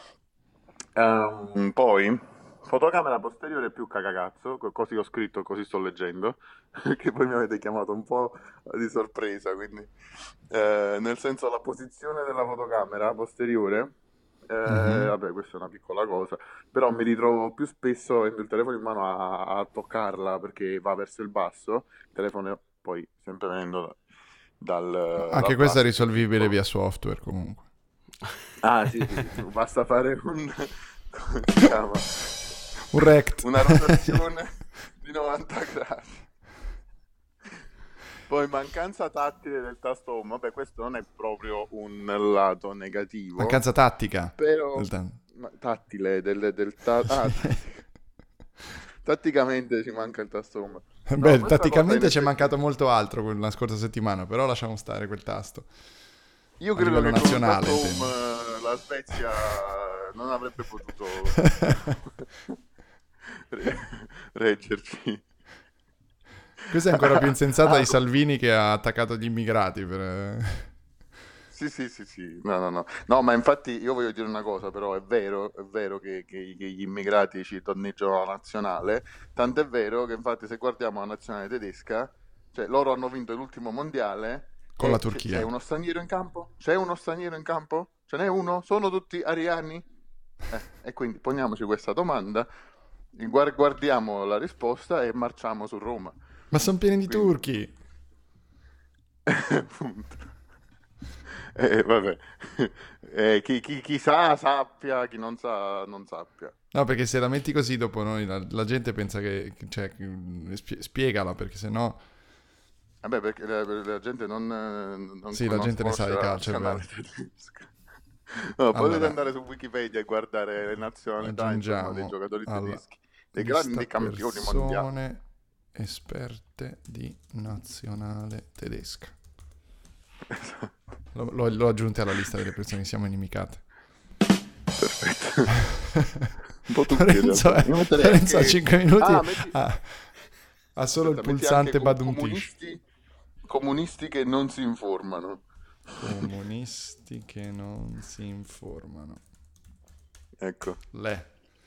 Ehm, poi, fotocamera posteriore più cagacazzo, co- così ho scritto, così sto leggendo, che poi mi avete chiamato un po' di sorpresa, quindi, eh, nel senso la posizione della fotocamera posteriore, eh, Mhm. vabbè, questa è una piccola cosa, però mi ritrovo più spesso avendo il telefono in mano a, a toccarla perché va verso il basso, il telefono poi sempre venendo dal, Anche dal questa è basso è più risolvibile piccolo. via software, comunque. Ah, sì, sì, sì, basta fare un, come si chiama? Un rect. Una rotazione di novanta gradi. Poi mancanza tattile del tasto home, vabbè, questo non è proprio un lato negativo, Mancanza tattica. però Del ta- ma- tattile del, del ta- ah, tatticamente ci manca il tasto home. Beh, questa cosa tatticamente in ci è effetti- mancato molto altro la scorsa settimana, però lasciamo stare quel tasto. Io A credo livello che con un nazionale, tasto intendo. home eh, la Svezia non avrebbe potuto re- reggerci. Questa è ancora più insensata Ah, di Salvini che ha attaccato gli immigrati per... sì, sì, sì, sì, no, no, no. No, ma infatti io voglio dire una cosa, però è vero, è vero che, che- che gli immigrati ci danneggiano la nazionale, tant'è vero che infatti se guardiamo la nazionale tedesca, cioè loro hanno vinto l'ultimo mondiale con la e c- c'è Turchia. uno straniero in campo? C'è uno straniero in campo? Ce n'è uno? Sono tutti ariani? Eh, e quindi poniamoci questa domanda, guar- guardiamo la risposta e marciamo su Roma. Ma sono pieni di Quindi, turchi! punto. Eh, vabbè. Eh, chi, chi- chi sa sappia, chi non sa non sappia. No, perché se la metti così dopo noi, la, la gente pensa che... Cioè, che- spie- spiegala, perché sennò... Vabbè, perché la, la gente non, eh, non Sì, la conosce gente ne sa di la calcio, è nazionale vero. tedesca. No, potete Allora, andare su Wikipedia e guardare le nazionalità, insomma, dei aggiungiamo giocatori alla tedeschi, dei lista grandi campioni mondiali. persone esperte di nazionale tedesca. L'ho, l'ho- l'ho aggiunte alla lista delle persone che siamo inimicate. Perfetto. Un po' tutti in Lorenzo, realtà. Io metterei Lorenzo a anche... cinque minuti Ah, metti... ha, ha solo il Aspetta, metti pulsante anche com- Badum Tish. comunisti, comunisti che non si informano. Comunisti che non si informano. Ecco. Le.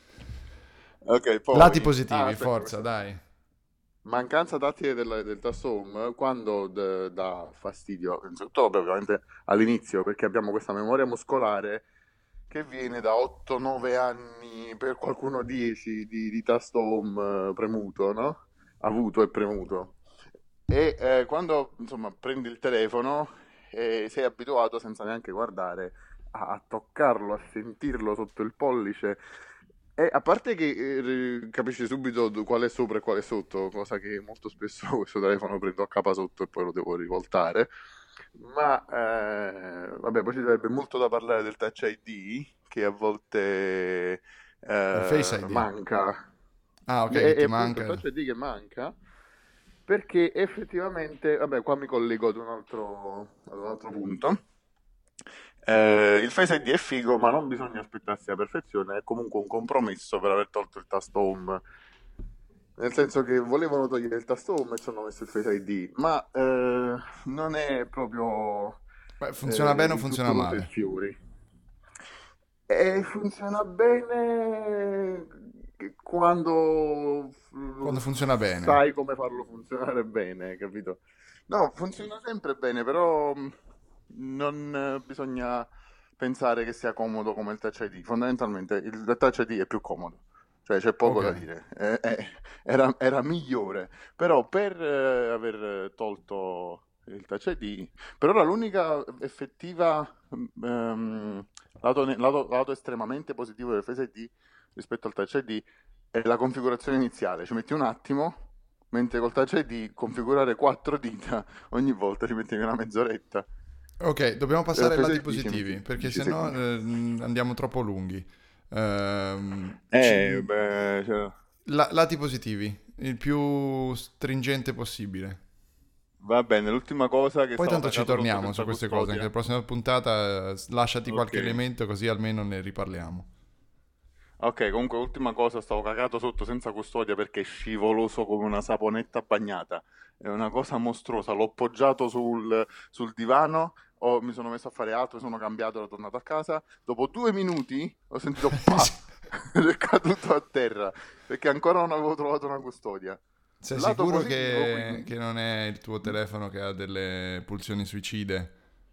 Ok, poi... Lati positivi, Ah, aspetta, forza, questa- dai. Mancanza tattile del, del tasto home quando d- dà fastidio, innanzitutto vabbè, ovviamente all'inizio, perché abbiamo questa memoria muscolare che viene da otto nove anni, per qualcuno dieci, di, di tasto home eh, premuto, no? Avuto e premuto. E eh, quando insomma prendi il telefono e sei abituato senza neanche guardare a, a toccarlo, a sentirlo sotto il pollice. E a parte che eh, capisci subito d- qual è sopra e qual è sotto, cosa che molto spesso questo telefono prendo a capa sotto e poi lo devo rivoltare. Ma eh, vabbè, poi ci sarebbe molto da parlare del Touch I D che a volte Il Face eh, I D. manca. Ah, ok, E, che e ti appunto il manca. Touch I D che manca perché effettivamente, vabbè, qua mi collego ad un altro, ad un altro punto. Eh, il Face I D è figo, ma non bisogna aspettarsi la perfezione, è comunque un compromesso per aver tolto il tasto home. Nel senso che volevano togliere il tasto home e ci hanno messo il Face I D, ma eh, non è proprio Beh, funziona eh, bene o il funziona tutto rose e male? fiori. E funziona bene quando Quando funziona bene. sai come farlo funzionare bene, capito? No, funziona sempre bene, però mh, non eh, bisogna pensare che sia comodo come il Touch I D. Fondamentalmente il Touch I D è più comodo, cioè c'è poco da Ok. dire. Eh, eh, era, era migliore, però per eh, aver tolto il Touch I D, per ora l'unica effettiva ehm, lato, ne- lato- lato estremamente positivo del Face I D rispetto al Touch I D è la configurazione iniziale. Ci metti un attimo, mentre col Touch I D configurare quattro dita ogni volta ci metti una mezz'oretta. Ok, dobbiamo Eh, passare ai Face lati I D ci positivi, metti perché dieci sennò secondi. eh, andiamo troppo lunghi. Ehm, Eh, ci- beh, cioè, la- lati positivi, il più stringente possibile. va bene, l'ultima cosa che Poi stavo tanto ci cagato sotto torniamo senza su queste cose, anche la custodia. prossima puntata eh, lasciati qualche Ok. elemento così almeno ne riparliamo. Ok, comunque ultima cosa, stavo cagato sotto senza custodia perché è scivoloso come una saponetta bagnata. È una cosa mostruosa. L'ho poggiato sul, sul divano, ho- mi sono messo a fare altro, sono cambiato, ero tornato a casa. Dopo due minuti ho sentito pa! Ed è caduto a terra perché ancora non avevo trovato una custodia. Sei Lato sicuro positivo, che, quindi. che non è il tuo telefono che ha delle pulsioni suicide?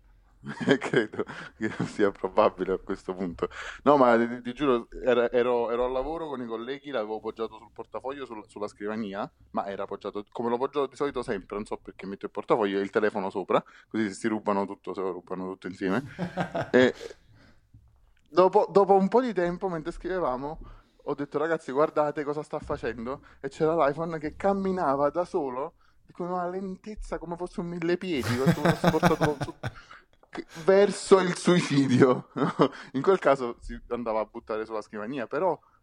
Credo che non sia probabile a questo punto. No, ma ti, ti giuro, era- ero, ero al lavoro con i colleghi, l'avevo poggiato sul portafoglio, sul- sulla scrivania, ma era appoggiato come lo poggio di solito sempre, non so perché metto il portafoglio e il telefono sopra, così se si rubano tutto, se lo rubano tutto insieme. E dopo, dopo un po' di tempo, mentre scrivevamo, ho detto ragazzi guardate cosa sta facendo, e c'era l'iPhone che camminava da solo con una lentezza come fosse un mille piedi, come se fosse portato su- che- verso il suicidio. In quel caso si andava a buttare sulla scrivania, però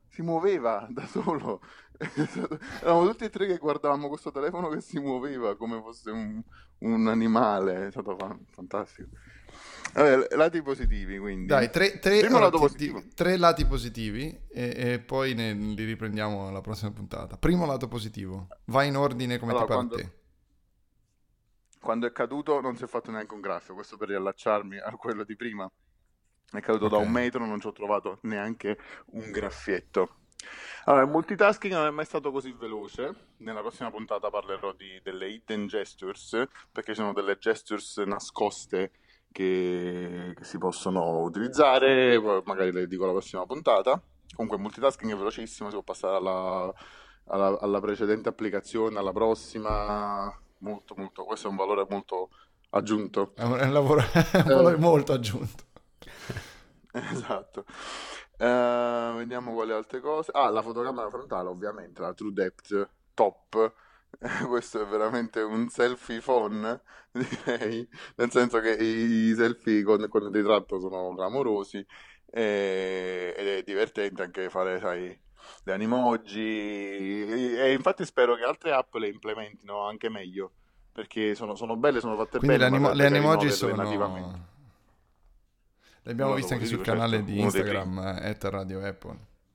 si muoveva da solo. Eravamo tutti e tre che guardavamo questo telefono che si muoveva come fosse un, un animale. È stato fan- fantastico. Vabbè, lati positivi, quindi. Dai, tre, tre, Primo allora, lato ti- positivo. ti- tre lati positivi e, e poi ne, li riprendiamo alla prossima puntata. Primo lato positivo, vai in ordine come Allora, ti pare a quando- te. Quando è caduto non si è fatto neanche un graffio, questo per riallacciarmi a quello di prima. È caduto da Ok. un metro, non ci ho trovato neanche un graffietto. Allora, il multitasking non è mai stato così veloce. Nella prossima puntata parlerò di, delle hidden gestures, perché ci sono delle gestures nascoste che, che si possono utilizzare, poi magari le dico alla prossima puntata. Comunque il multitasking è velocissimo, si può passare alla, alla, alla precedente applicazione, alla prossima, molto molto, questo è un valore molto aggiunto. È un, è un lavoro è un valore molto aggiunto. Esatto. Eh, vediamo quali altre cose. Ah, la fotocamera frontale, ovviamente, la True Depth Top. Eh, Questo è veramente un selfie phone, direi, nel senso che i selfie con, con il ritratto sono clamorosi e- ed è divertente anche fare, sai, le animoji e, e infatti spero che altre app le implementino anche meglio perché sono, sono belle, sono fatte Quindi le, bene, ma animo- le sarebbe carino animoji averle sono... nativamente. Le abbiamo Un viste lato anche sul positivo, canale certo, di uno dei Instagram, eh, at Radio Apple.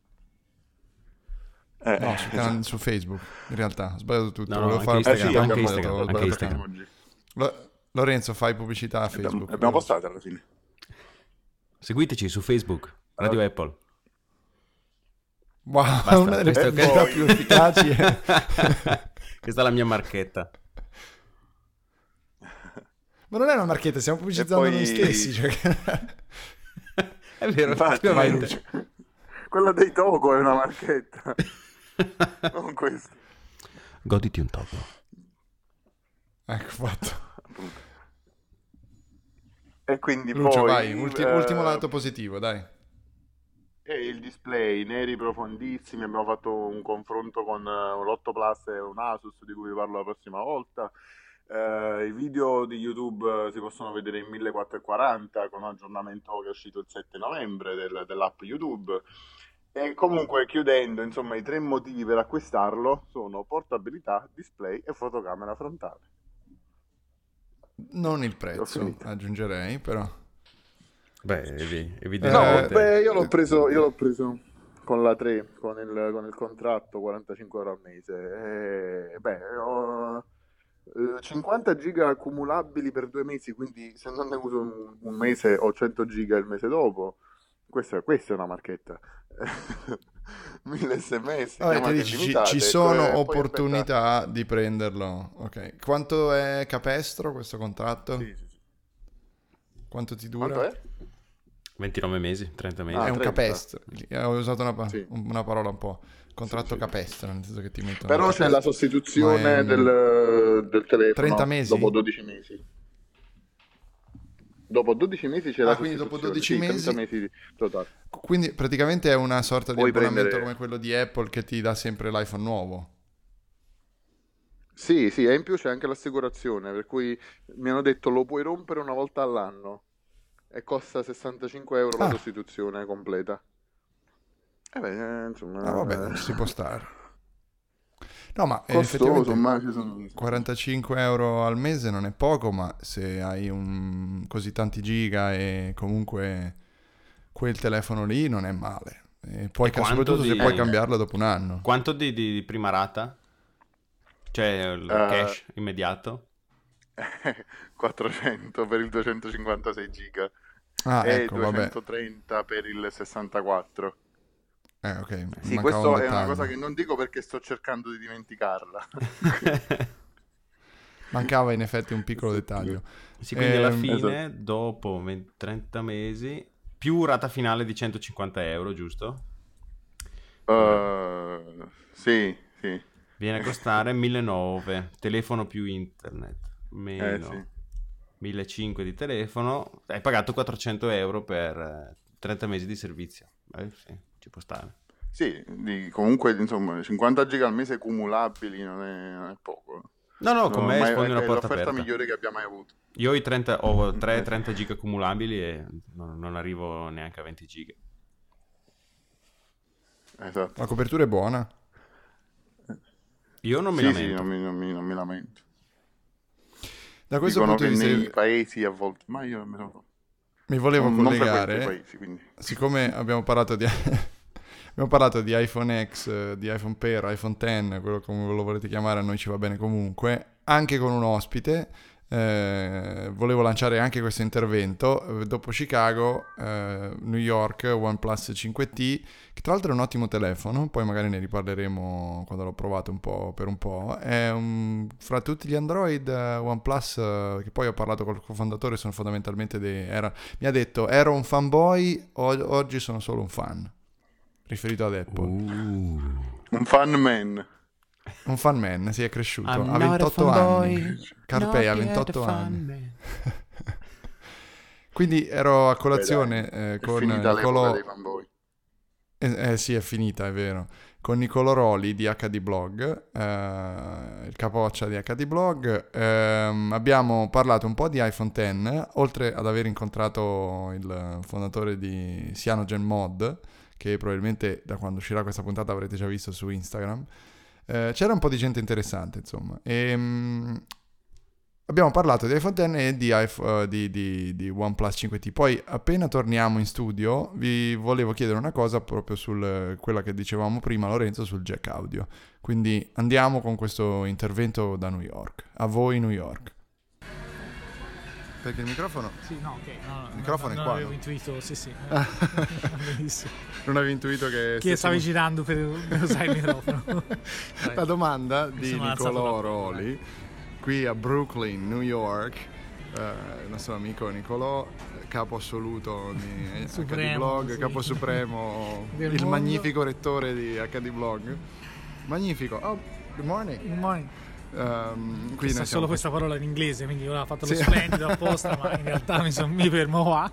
Eh, No, eh, sul canale, esatto. su Facebook, in realtà, ho sbagliato tutto. No, no, Volevo anche fare Eh sì, Instagram, pubblicità, anche ma ho abbiamo, sbagliato- ho Instagram, sbagliato anche canale. Instagram. Lo- Lorenzo, fai pubblicità a Abbiamo, Facebook. abbiamo veloce. postate alla fine. Seguiteci su Facebook, Radio Apple. Wow, Basta, una delle questo- pubblicità poi- più efficaci. Questa è la mia marchetta. Ma non è una marchetta, stiamo pubblicizzando poi- noi stessi. Cioè... È vero, Infatti, effettivamente. quella dei Togo è una marchetta, non questa. Goditi un topo. Ecco, fatto. Appunto. E quindi Lucio, poi vai, ulti- eh, ultimo lato positivo, dai. e il display neri profondissimi. Abbiamo fatto un confronto con eh, un l'otto Plus e un Asus di cui vi parlo la prossima volta. Eh, I video di YouTube eh, si possono vedere in millequattrocentoquaranta con un aggiornamento che è uscito il sette novembre del- dell'app YouTube. E comunque chiudendo, insomma, i tre motivi per acquistarlo sono portabilità, display e fotocamera frontale. Non il Ho prezzo, finito. aggiungerei, però. Beh, evi- No, No, evidentemente. beh, io l'ho preso, io l'ho preso con la tre, con il, con il contratto, quarantacinque euro al mese. E, beh, ho eh, cinquanta giga accumulabili per due mesi, quindi se non ne uso un, un mese ho cento giga il mese dopo. Questa, questa è una marchetta. mille sms, Vabbè, ti chiamate dici, ci, illimitate, ci sono eh, poi opportunità di prenderlo. Ok. Quanto è capestro questo contratto? aspetta. Sì, sì, sì. Quanto ti dura? Quanto è? ventinove mesi, trenta mesi. Ah, È un trenta. capestro. Ho usato una, pa- Sì. una parola un po'. Contratto Sì, sì. capestro, nel senso che ti mettono... Però c'è la sostituzione Ma è- del, del telefono trenta mesi? dopo dodici mesi. Dopo dodici mesi c'è Ah, la quindi dopo sostituzione. dodici Sì, trenta mesi? mesi totale. Quindi praticamente è una sorta di Puoi abbonamento prendere- come quello di Apple che ti dà sempre l'iPhone nuovo. Sì, sì, e in più c'è anche l'assicurazione, per cui mi hanno detto lo puoi rompere una volta all'anno e costa sessantacinque euro Ah. la sostituzione completa. E beh, eh, insomma, Ah, vabbè, eh, ci può stare. No, ma eh, costoso, effettivamente ma ci sono... quarantacinque euro al mese non è poco, ma se hai un così tanti giga e comunque quel telefono lì non è male. E poi E ca- quanto soprattutto se di- puoi cambiarlo dopo un anno. Quanto di, di- di prima rata? Cioè il Eh. cash immediato? quattrocento per il duecentocinquantasei giga Ah, e ecco, vabbè. duecentotrenta per il sessantaquattro. Eh, ok, Sì, mancava questo un è una dettaglio. cosa che non dico perché sto cercando di dimenticarla. Mancava in effetti un piccolo dettaglio. Sì, quindi alla Ehm, fine, dopo venti trenta mesi, più rata finale di centocinquanta euro, giusto? Uh, sì, sì. Viene a costare millenovecento, telefono più internet, meno Eh, sì. millecinquecento di telefono, hai pagato quattrocento euro per eh, trenta mesi di servizio. Eh, sì, ci può stare. Sì, di- comunque insomma cinquanta giga al mese cumulabili non è, non è poco. No, no, con No, me ma è, sfondi una è porta l'offerta aperta. migliore che abbiamo mai avuto. Io ho, i trenta, ho tre trenta giga accumulabili e non, non arrivo neanche a venti giga. Esatto. La copertura è buona. Io non mi Sì, lamento. sì, non mi, non mi- non mi lamento. Da questo Dicono punto che di nei vista paesi a volte... Ma io non me lo... mi volevo non, non frequento i collegare, paesi, quindi... siccome abbiamo parlato di abbiamo parlato di iPhone X, eh, di iPhone Pair, iPhone X, quello come lo volete chiamare, a noi ci va bene comunque, anche con un ospite. Eh, volevo lanciare anche questo intervento. Eh, dopo Chicago, eh, New York, OnePlus cinque T, che tra l'altro è un ottimo telefono, poi magari ne riparleremo quando l'ho provato un po' per un po'. È un, fra tutti gli Android, eh, OnePlus, eh, che poi ho parlato col cofondatore, sono fondamentalmente dei, era, mi ha detto ero un fanboy, o- oggi sono solo un fan, riferito ad Apple. Uh. Un fan man. Un fan man, si è cresciuto, I'm ha not a ventotto fanboy, anni. Carpei ha not yet ventotto a fan anni. man. Quindi ero a colazione Dai, eh, è con finita l'epoca Nicolò. dei fanboy. Eh, eh, sì, è finita, è vero. Con Nicolò Roli di H D Blog, eh, il capoccia di H D Blog. Ehm, abbiamo parlato un po' di iPhone X, oltre ad aver incontrato il fondatore di CyanogenMod, che probabilmente da quando uscirà questa puntata avrete già visto su Instagram. Eh, c'era un po' di gente interessante, insomma. E, mm, abbiamo parlato di iPhone X e di, iPhone, uh, di, di, di OnePlus cinque T. Poi, appena torniamo in studio, vi volevo chiedere una cosa proprio su quella che dicevamo prima, Lorenzo, sul jack audio. Quindi andiamo con questo intervento da New York. A voi New York. Perché il microfono... Sì, no, ok. No, no, il microfono no, è non qua. avevo No? intuito, sì, sì. Benissimo. Non avevi intuito che... Che stavi stessimo- girando per, per usare il microfono. La domanda Mi di sono alzato Nicolò troppo, Roli, qui a Brooklyn, New York, eh, il nostro amico Nicolò, capo assoluto di H D Supremo, Blog, sì. capo supremo, Del il mondo. magnifico rettore di H D Blog. Magnifico. Oh, good morning. Good morning. Um, qui Sa noi solo siamo- questa parola in inglese, quindi ora ho fatto lo Sì. splendido apposta, ma in realtà mi, son, mi fermo qua.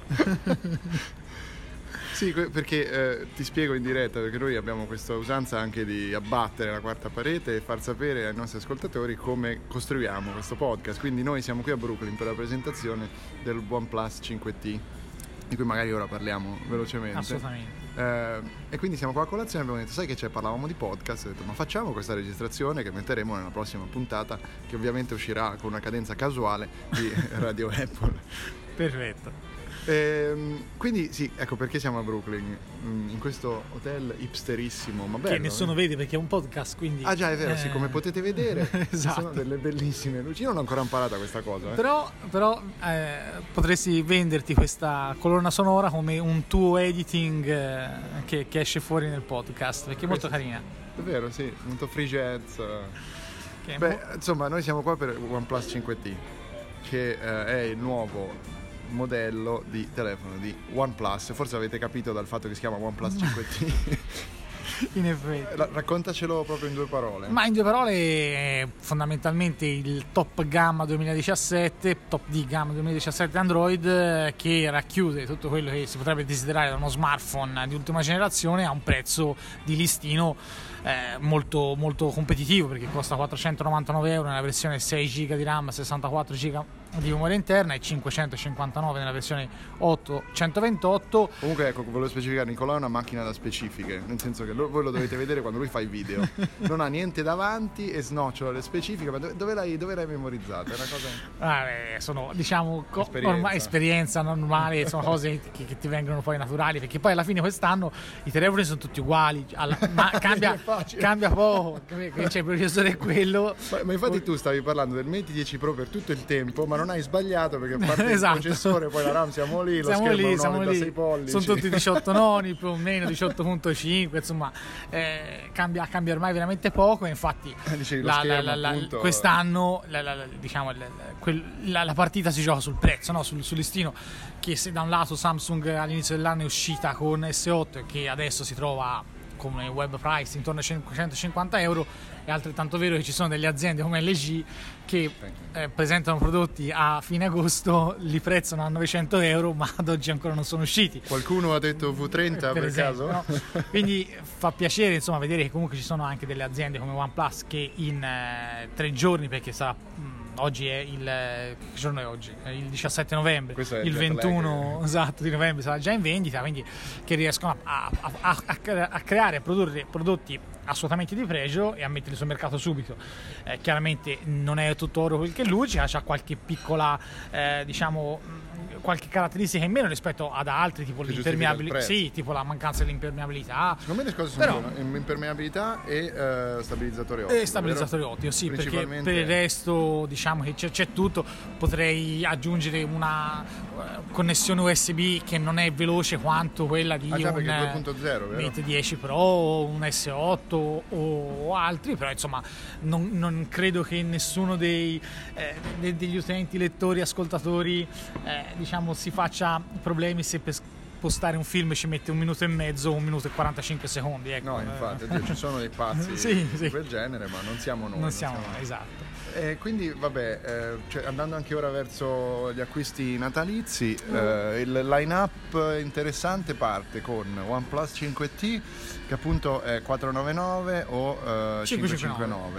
Sì, que- perché eh, ti spiego in diretta, perché noi abbiamo questa usanza anche di abbattere la quarta parete e far sapere ai nostri ascoltatori come costruiamo questo podcast. Quindi noi siamo qui a Brooklyn per la presentazione del OnePlus cinque T, di cui magari ora parliamo velocemente. Assolutamente. Eh, e quindi siamo qua a colazione e abbiamo detto, sai che c'è, parlavamo di podcast, ho detto, ma facciamo questa registrazione che metteremo nella prossima puntata, che ovviamente uscirà con una cadenza casuale di Radio Apple. Perfetto. Ehm, quindi sì, ecco perché siamo a Brooklyn, mm, in questo hotel hipsterissimo, ma bello. Che nessuno eh? vede perché è un podcast, quindi... Ah già, è vero, sì, eh, come potete vedere ci esatto. sono delle bellissime luci. Io non ho ancora imparata questa cosa, eh. Però, però eh, potresti venderti questa colonna sonora come un tuo editing eh, che, che esce fuori nel podcast, perché è molto carina. È vero, sì, molto free jazz. Che è Beh, mo- insomma, noi siamo qua per OnePlus cinque T, che eh, è il nuovo modello di telefono di OnePlus. Forse avete capito dal fatto che si chiama OnePlus cinque T. in effetti. La- raccontacelo proprio in due parole. Ma in due parole è fondamentalmente il top gamma duemiladiciassette, top di gamma duemiladiciassette Android, eh, che racchiude tutto quello che si potrebbe desiderare da uno smartphone di ultima generazione a un prezzo di listino eh, molto, molto competitivo, perché costa quattrocentonovantanove euro nella versione sei giga di RAM, sessantaquattro giga di memoria interna e cinquecentocinquantanove nella versione otto centoventotto. Comunque, ecco, volevo specificare, Nicolò è una macchina da specifiche, nel senso che lo- voi lo dovete vedere quando lui fa i video. Non ha niente davanti e snocciola le specifiche, ma dove, dove l'hai, dove l'hai memorizzata? È una cosa... Vabbè, sono diciamo co- Esperienza. ormai esperienza normale, sono cose che, che ti vengono poi naturali, perché poi alla fine quest'anno i telefoni sono tutti uguali, alla- ma cambia, È facile. cambia poco, c'è il processore è quello. Ma, ma infatti tu stavi parlando del Mate dieci Pro per tutto il tempo, ma non hai sbagliato, perché a parte Esatto. il processore, poi la RAM, siamo lì, lo Siamo schermo è lì, un siamo OLED da lì. sei pollici. Sono tutti diciotto noni, più o meno diciotto virgola cinque, insomma, eh, cambia, cambia ormai veramente poco. E infatti, Dicevi, lo la- la- schermo, la- la- appunto. quest'anno la, la- la- diciamo, la, la- quel- la- la partita si gioca sul prezzo, no? sul, sul listino. Che se da un lato Samsung all'inizio dell'anno è uscita con S otto e che adesso si trova come web price intorno ai cinquecentocinquanta euro, è altrettanto vero che ci sono delle aziende come L G che eh, presentano prodotti a fine agosto, li prezzano a novecento euro, ma ad oggi ancora non sono usciti. Qualcuno ha detto V trenta per, esempio, caso? no? Quindi fa piacere, insomma, vedere che comunque ci sono anche delle aziende come OnePlus che in eh, tre giorni, perché sarà mh, oggi è il che giorno è oggi? È il diciassette novembre, Questo è il jet ventuno lag. esatto di novembre sarà già in vendita, quindi che riescono a, a, a, a, a creare e produrre prodotti assolutamente di pregio e a metterli sul mercato subito. Eh, chiaramente non è tutto oro quel che luce, ha qualche piccola eh, diciamo qualche caratteristica in meno rispetto ad altri, tipo Che giustifica il l'impermeabilità, prezzo. sì, tipo la mancanza dell'impermeabilità. Secondo me le cose sono Però- buone, impermeabilità e eh, stabilizzatore ottico. E stabilizzatore vero? ottico, sì, perché Principalmente- per il resto diciamo che c'è, c'è tutto. Potrei aggiungere una eh, connessione U S B che non è veloce quanto quella di Ah, già, un perché è due punto zero, vero? Mate dieci Pro, un S otto o altri, però insomma non, non credo che nessuno dei, eh, de- degli utenti, lettori, ascoltatori eh, diciamo si faccia problemi se per postare un film ci mette un minuto e mezzo o un minuto e quarantacinque secondi, ecco. No, infatti, oddio, ci sono dei pazzi Sì, di sì. quel genere, ma non siamo noi. non siamo esatto. E quindi vabbè, eh, cioè, andando anche ora verso gli acquisti natalizi, eh, il line-up interessante parte con OnePlus cinque T che appunto è quattrocentonovantanove o eh, cinquecentocinquantanove.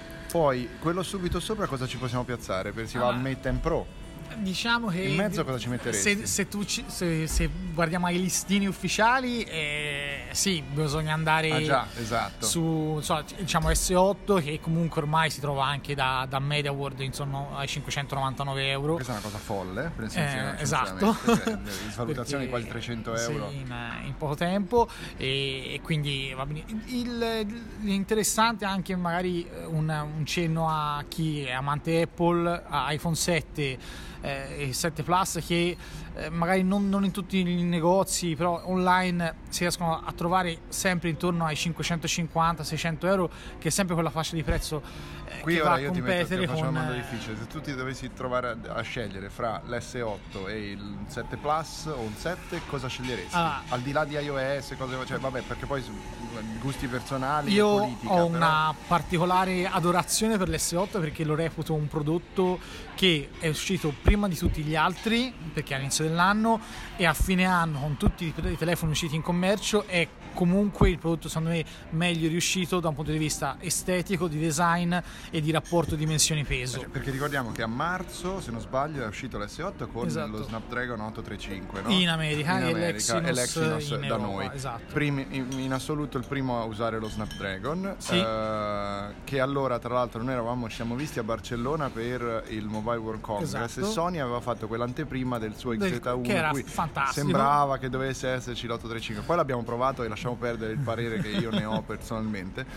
Poi quello subito sopra cosa ci possiamo piazzare? Per si va Ah. al Mate ten Pro. Diciamo che In mezzo cosa ci metteresti? Se, se, tu ci- se, se guardiamo ai listini ufficiali, eh, sì, bisogna andare Ah già, esatto. su insomma, diciamo S otto, che comunque ormai si trova anche da, da MediaWorld insomma, ai cinquecentonovantanove euro. Questa è una cosa folle, per Eh, esatto. sinceramente, cioè, svalutazioni di quasi Perché- trecento euro. sì, in, in poco tempo e, e quindi va bene. Il, l'interessante anche magari un, un cenno a chi è amante Apple, a iPhone sette eh, e sette Plus, che eh, magari non, non in tutti i negozi, però online si riescono a trovare sempre intorno ai cinquecentocinquanta seicento euro, che è sempre quella fascia di prezzo eh, Qui che ora va a io ti metto, ti competere faccio una con domanda eh, difficile. Se tu ti dovessi trovare a, a scegliere fra l'S otto e il sette Plus o un sette, cosa sceglieresti? Ah. Al di là di iOS, cose, cioè vabbè, perché poi su- gusti personali e Io politica, ho però- una particolare adorazione per l'S otto perché lo reputo un prodotto che è uscito prima di tutti gli altri, perché all'inizio dell'anno, e a fine anno con tutti i telefoni usciti in commercio è comunque il prodotto secondo me meglio riuscito da un punto di vista estetico, di design e di rapporto dimensioni-peso. Cioè, perché ricordiamo che a marzo, se non sbaglio, è uscito l'S otto con Esatto. lo Snapdragon ottocentocinque, no? In America, In e America, l'Exynos e l'Exynos in da Europa, noi. esatto. Primi- in, in assoluto il primo a usare lo Snapdragon, Sì. eh, che allora tra l'altro noi eravamo, ci siamo visti a Barcellona per il Mobile World Congress, Esatto. e Sony aveva fatto quell'anteprima del suo Del- X Z uno che era in cui fantastico. sembrava che dovesse esserci l'otto trentacinque. Poi l'abbiamo provato e lasciamo perdere il parere che io ne ho personalmente,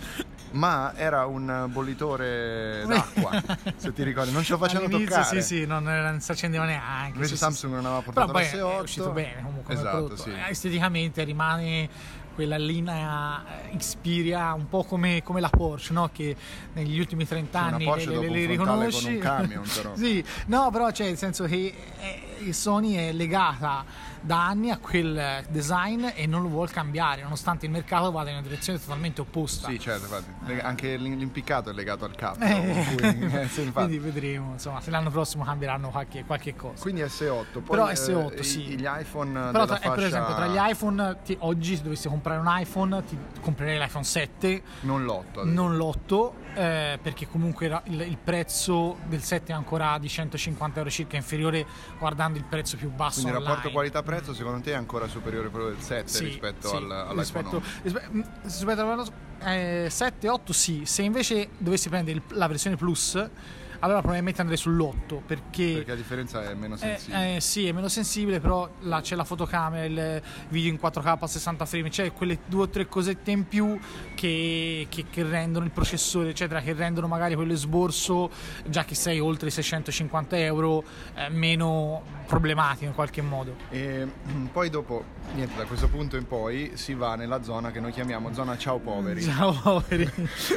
ma era un bollitore d'acqua, se ti ricordi, non ce lo facevano All'inizio toccare. sì sì, non, non si accendeva neanche. Invece sì, sì, Samsung non aveva Però portato poi l'S è otto. uscito bene comunque come Esatto, prodotto. sì. Eh, esteticamente rimane quella linea eh, Xperia un po' come, come la Porsche, no? Che negli ultimi trenta Una anni Porsche le, dopo le, un le frontale riconosci. con un camion, però. Sì, no, però c'è il senso che eh, Sony è legata da anni a quel design e non lo vuole cambiare, nonostante il mercato vada in una direzione totalmente opposta. Sì, certo, infatti. Anche l'impiccato è legato al capo. Eh, Cui, eh, sì, infatti. quindi vedremo, insomma, se l'anno prossimo cambieranno qualche, qualche cosa. Quindi S otto, poi Però S otto, eh, sì. gli iPhone Però della tra, eh, fascia... per esempio tra gli iPhone ti- oggi se dovessi comprare un iPhone ti comprerei l'iPhone sette, non l'otto, non l'otto, eh, perché comunque era- il, il prezzo del sette è ancora di centocinquanta euro circa inferiore guardando il prezzo più basso quindi il online. rapporto qualità-prezzo secondo te è ancora superiore a quello del sette Sì, rispetto sì, al, all'iPhone rispetto, otto? rispe- mh, rispetto alla eh, sette otto sì, se invece dovessi prendere il- la versione Plus allora probabilmente andrei sull'otto perché, Perché la differenza è meno eh, sensibile. eh, sì, è meno sensibile, però là c'è la fotocamera, il video in quattro K a sessanta frame, c'è quelle due o tre cosette in più che, che, che rendono il processore, eccetera, che rendono magari quell'esborso, già che sei oltre i seicentocinquanta euro, eh, meno problematico in qualche modo. E mm, poi dopo, niente, da questo punto in poi si va nella zona che noi chiamiamo zona ciao poveri, Ciao poveri.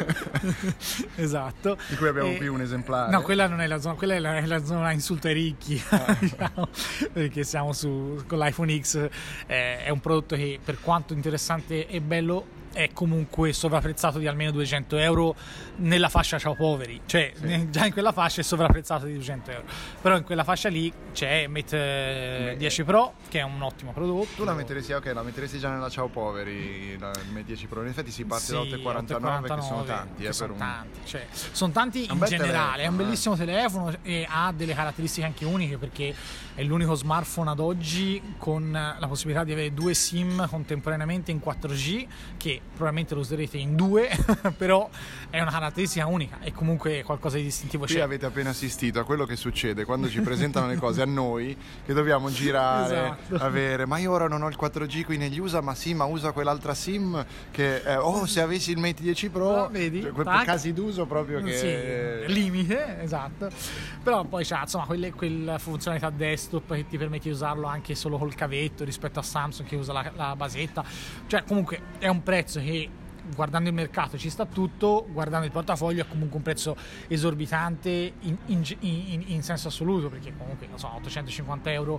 Esatto. di cui abbiamo E- qui un esemplare. No, quella non è la zona, quella è la, è la zona insulto ai ricchi, diciamo, perché siamo su con l'iPhone X, eh, è un prodotto che per quanto interessante e bello è comunque sovrapprezzato di almeno duecento euro nella fascia ciao poveri, cioè Sì. già in quella fascia è sovrapprezzato di duecento euro, però in quella fascia lì c'è Mate eh, dieci Pro che è un ottimo prodotto. Tu la metteresti, ok, la metteresti già nella ciao poveri, la, il Mate dieci Pro. In effetti si parte Sì, da otto virgola quarantanove che sono tanti, che eh, sono per un... tanti, cioè, sono tanti È un in bel generale, telefono, è un eh. bellissimo telefono e ha delle caratteristiche anche uniche perché è l'unico smartphone ad oggi con la possibilità di avere due SIM contemporaneamente in quattro G, che probabilmente lo userete in due, però è una caratteristica unica e comunque qualcosa di distintivo Qui c'è. avete appena assistito a quello che succede quando ci presentano le cose a noi, che dobbiamo girare, Esatto. avere, ma io ora non ho il quattro G qui negli U S A, ma sì, ma usa quell'altra SIM che, eh, oh, se avessi il Mate dieci Pro, Ah, vedi? cioè, que- Tac. casi d'uso proprio che... Sì, limite, esatto. Però poi c'ha insomma quelle, quella funzionalità desktop che ti permette di usarlo anche solo col cavetto rispetto a Samsung che usa la, la basetta. Cioè comunque è un prezzo che guardando il mercato ci sta tutto, guardando il portafoglio è comunque un prezzo esorbitante in, in, in, in senso assoluto, perché comunque non so, ottocentocinquanta euro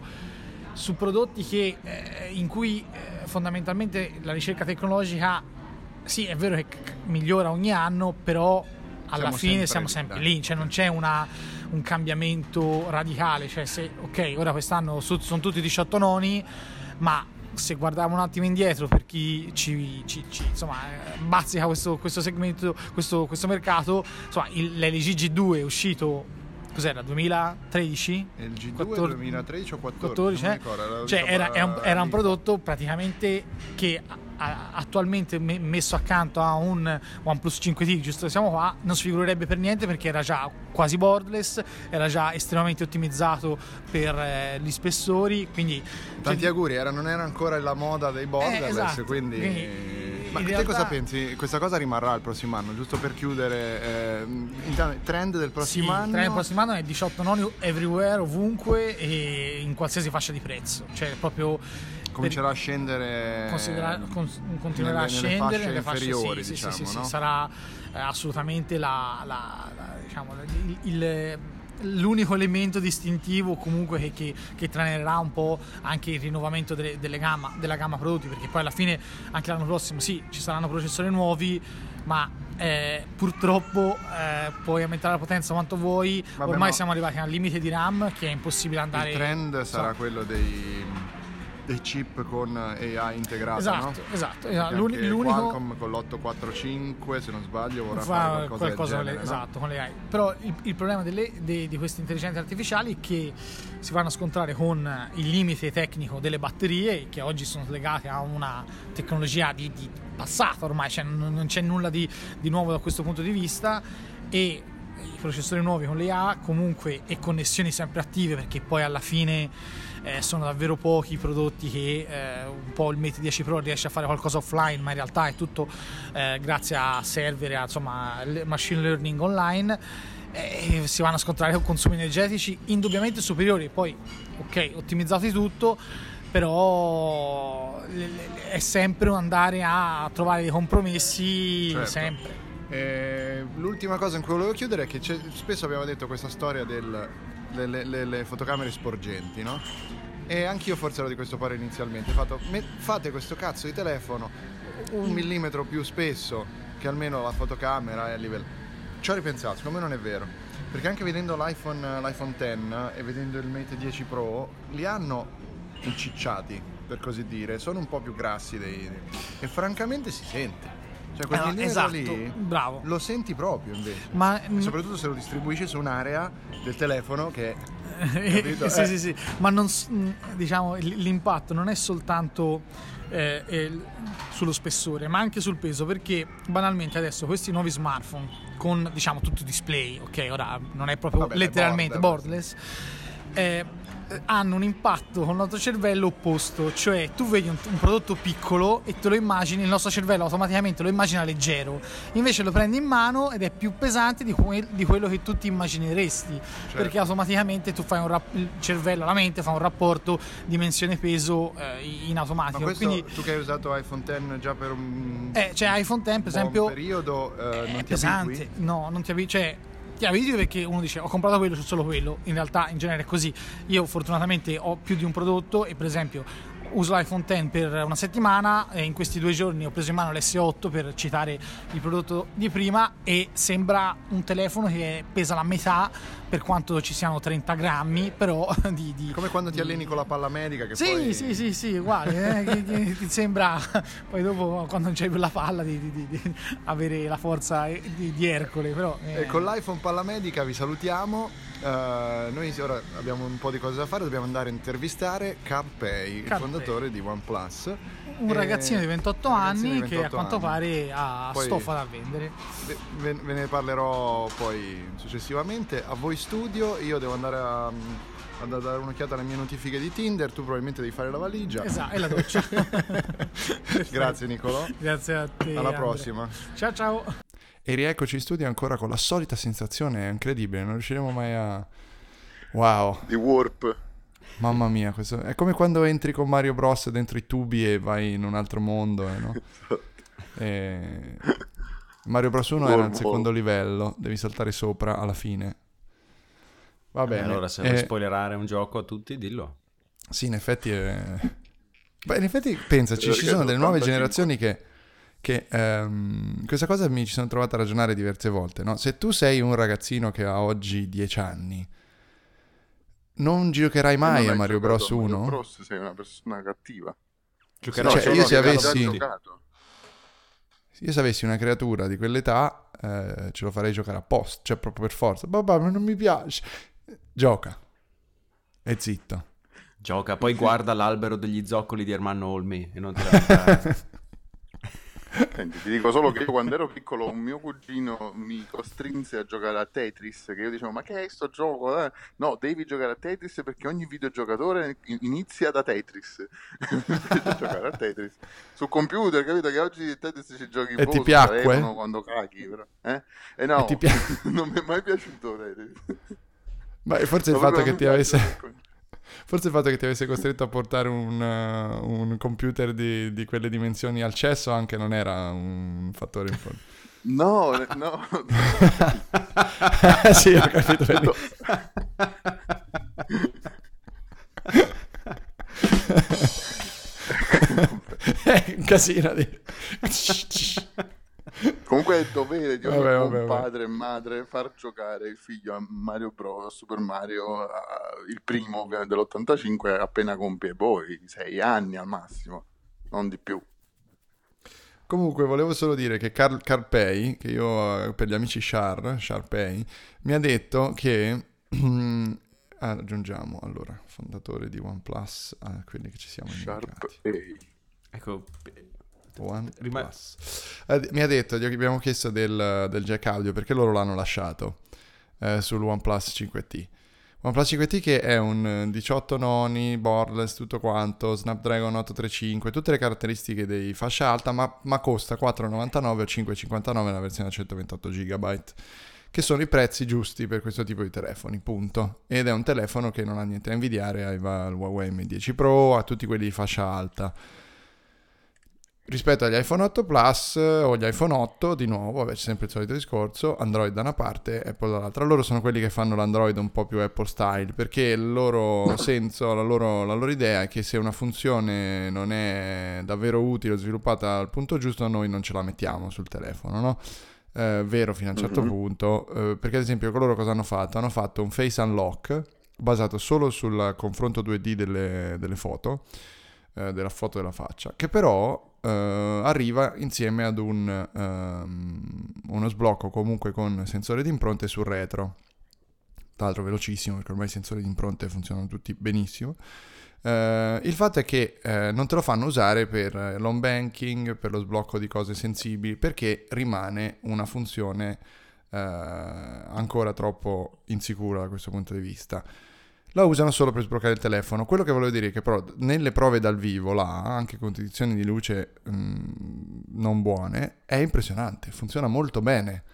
su prodotti che, eh, in cui eh, fondamentalmente la ricerca tecnologica sì è vero che c- migliora ogni anno, però alla Siamo fine sempre siamo lì, sempre dai. lì, cioè non c'è una, un cambiamento radicale, cioè se ok ora quest'anno su- sono tutti diciotto noni, ma se guardiamo un attimo indietro per chi ci, ci, ci insomma eh, bazzica questo, questo segmento, questo, questo mercato, insomma il, l'L G G due è uscito cos'era, duemilatredici? E il G due quattordici duemilatredici o quattordici, quattordici, non eh? mi ricordo, l'avevo Cioè visto era, per- è un, era un lì. prodotto praticamente che a- a- attualmente me- messo accanto a un OnePlus cinque T, giusto che siamo qua, non si figurerebbe per niente perché era già quasi borderless, era già estremamente ottimizzato per eh, gli spessori, quindi Tanti cioè, auguri, era, non era ancora la moda dei borderless, Eh, esatto. quindi... Quindi, Ma in te realtà- cosa pensi? Questa cosa rimarrà il prossimo anno, giusto per chiudere, eh, intanto, trend del sì, prossimo il anno? trend del prossimo anno è diciotto noni everywhere, ovunque e in qualsiasi fascia di prezzo, cioè proprio Comincerà a scendere considera- con- continuerà nelle- a scendere nelle nelle fasce fasce inferiori, sì, sì, diciamo, sì, sì, no? sì, sarà eh, assolutamente la, la- la- diciamo, il, il- l'unico elemento distintivo comunque che, che, che tranerà un po' anche il rinnovamento delle, delle gamma, della gamma prodotti, perché poi alla fine anche l'anno prossimo sì ci saranno processori nuovi, ma eh, purtroppo eh, puoi aumentare la potenza quanto vuoi. Vabbè, ormai ma- siamo arrivati al limite di RAM che è impossibile andare. Il trend so- sarà quello dei, dei chip con A I integrato, Esatto, no? esatto, esatto. Perché L'uni- anche l'unico Qualcomm con l'otto quattro cinque, se non sbaglio, vorrà fa fare qualcosa, qualcosa del con le- genere, no? esatto, con le A I. Però il, il problema delle- de- di queste intelligenze artificiali è che si vanno a scontrare con il limite tecnico delle batterie, che oggi sono legate a una tecnologia di, di passato ormai, cioè non, non c'è nulla di, di nuovo da questo punto di vista, e i processori nuovi con le A I comunque e connessioni sempre attive, perché poi alla fine eh, sono davvero pochi i prodotti che eh, un po' il Mate dieci Pro riesce a fare qualcosa offline, ma in realtà è tutto eh, grazie a server e a insomma le- machine learning online, e si vanno a scontrare con consumi energetici indubbiamente superiori. Poi ok, ottimizzato di tutto, però le- le- è sempre un andare a trovare dei compromessi, Certo. sempre. Eh, l'ultima cosa in cui volevo chiudere è che c'è- spesso abbiamo detto questa storia delle le, le- le fotocamere sporgenti, no? E anch'io forse ero di questo parere inizialmente. Fatto, me- fate questo cazzo di telefono un millimetro più spesso, che almeno la fotocamera è a livello. Ci ho ripensato, secondo me non è vero, perché anche vedendo l'iPhone, l'iPhone X e vedendo il Mate dieci Pro li hanno incicciati, per così dire, sono un po' più grassi dei, e francamente si sente. Cioè quel Eh, millimetro esatto, lì bravo. lo senti proprio invece. Ma E soprattutto se lo distribuisci su un'area del telefono che capito? sì, Eh. sì, sì, ma non, s- mh, diciamo l- l'impatto non è soltanto eh, eh, sullo spessore, ma anche sul peso, perché banalmente adesso questi nuovi smartphone con diciamo tutto display, ok, ora non è proprio Vabbè, letteralmente borderless. borderless, eh, hanno un impatto con il nostro cervello opposto, cioè tu vedi un, un prodotto piccolo e te lo immagini, il nostro cervello automaticamente lo immagina leggero, invece lo prendi in mano ed è più pesante di, que- di quello che tu ti immagineresti, perché automaticamente tu fai un rap- il cervello, la mente fa un rapporto dimensione-peso eh, in Ma automatico. questo Quindi tu che hai usato iPhone X già per un eh, cioè iPhone X per buon esempio periodo, eh, non è ti pesante, abitui? no, non ti abitui, cioè ti abitui perché uno dice ho comprato quello, c'è solo quello, in realtà in genere è così. Io fortunatamente ho più di un prodotto e per esempio uso l'iPhone X per una settimana e in questi due giorni ho preso in mano l'esse otto per citare il prodotto di prima e sembra un telefono che pesa la metà per quanto ci siano trenta grammi, però di... di come quando ti di... alleni con la palla medica che sì, poi... sì, sì, sì, uguale, eh, che, che ti sembra poi dopo quando non c'hai più la palla di, di, di, di avere la forza di, di Ercole, però... Eh. E con l'iPhone palla medica vi salutiamo. Uh, noi ora abbiamo un po' di cose da fare, dobbiamo andare a intervistare Carpei, il fondatore di OnePlus, un e... ragazzino di ventotto ragazzino anni di ventotto che a quanto anni. pare ha Poi stoffa da vendere. ve, ve ne parlerò poi successivamente. A voi studio, io devo andare a, a dare un'occhiata alle mie notifiche di Tinder, tu probabilmente devi fare la valigia. Esatto, e la doccia. Grazie Nicolò, grazie a te, alla Andre. prossima, ciao ciao. e rieccoci in studio ancora con la solita sensazione incredibile, non riusciremo mai a... wow, di warp. mamma mia, questo è come quando entri con Mario Bros dentro i tubi e vai in un altro mondo, eh, no? E... Mario Bros uno era al secondo livello, devi saltare sopra alla fine. Va bene. Allora se eh, vuoi spoilerare un gioco a tutti, dillo. Sì, in effetti è... Beh, in effetti pensaci, ci sono delle nuove generazioni che che um, questa cosa mi ci sono trovato a ragionare diverse volte, no? Se tu sei un ragazzino che ha oggi dieci anni, non giocherai mai a Mario Bros uno? Mario Bros sei una persona cattiva. Giocherai, cioè, io se avessi io se avessi una creatura di quell'età eh, ce lo farei giocare apposta, cioè proprio per forza. Babà, ma non mi piace. Gioca. E zitto. Gioca, poi guarda l'albero degli zoccoli di Ermanno Olmi e non ti lamentare. Senti, ti dico solo che io quando ero piccolo un mio cugino mi costrinse a giocare a Tetris, che io dicevo ma che è sto gioco? Eh? No, devi giocare a Tetris perché ogni videogiocatore inizia da Tetris. Giocare a Tetris su computer, capito? Che oggi Tetris ci giochi e ti piacque? quando caghi, però. Eh? E no, e ti pia... non mi è mai piaciuto Tetris. Ma forse il fatto che ti avesse... Forse il fatto che ti avesse costretto a portare un, uh, un computer di, di quelle dimensioni al cesso anche non era un fattore importante. No, no. Sì, ho capito. No. È un casino di... Comunque è il dovere di ogni vabbè, buon vabbè, padre e madre far giocare il figlio a Mario Bros, Super Mario, il primo dell'ottantacinque appena compie poi sei anni al massimo, non di più. Comunque volevo solo dire che Carl Carpei, che io per gli amici Char, Sharpei, mi ha detto che ah, aggiungiamo allora fondatore di OnePlus a ah, quelli che ci siamo indicati. Ecco, OnePlus. Eh, mi ha detto, gli abbiamo chiesto del, del jack audio perché loro l'hanno lasciato eh, sul OnePlus cinque T. OnePlus cinque T che è un diciotto noni, borderless, tutto quanto, Snapdragon ottocentotrentacinque, tutte le caratteristiche dei fascia alta, ma, ma costa quattro virgola novantanove o cinque virgola cinquantanove la versione da centoventotto giga, che sono i prezzi giusti per questo tipo di telefoni, punto. Ed è un telefono che non ha niente da invidiare al Huawei M dieci Pro, a tutti quelli di fascia alta. Rispetto agli iPhone otto Plus o gli iPhone otto, di nuovo, vabbè, c'è sempre il solito discorso, Android da una parte, Apple dall'altra. Loro sono quelli che fanno l'Android un po' più Apple style, perché il loro senso, la loro, la loro idea è che se una funzione non è davvero utile o sviluppata al punto giusto, noi non ce la mettiamo sul telefono, no? Eh, vero fino a un certo mm-hmm. punto, eh, perché ad esempio loro cosa hanno fatto? Hanno fatto un face unlock basato solo sul confronto due D delle, delle foto, eh, della foto della faccia, che però Uh, arriva insieme ad un um, uno sblocco comunque con sensore di impronte sul retro, tra l'altro velocissimo perché ormai i sensori di impronte funzionano tutti benissimo. Uh, il fatto è che uh, non te lo fanno usare per l'home banking, per lo sblocco di cose sensibili, perché rimane una funzione uh, ancora troppo insicura da questo punto di vista. La usano solo per sbloccare il telefono. Quello che volevo dire è che però nelle prove dal vivo, là, anche con condizioni di luce mh, non buone, è impressionante, funziona molto bene.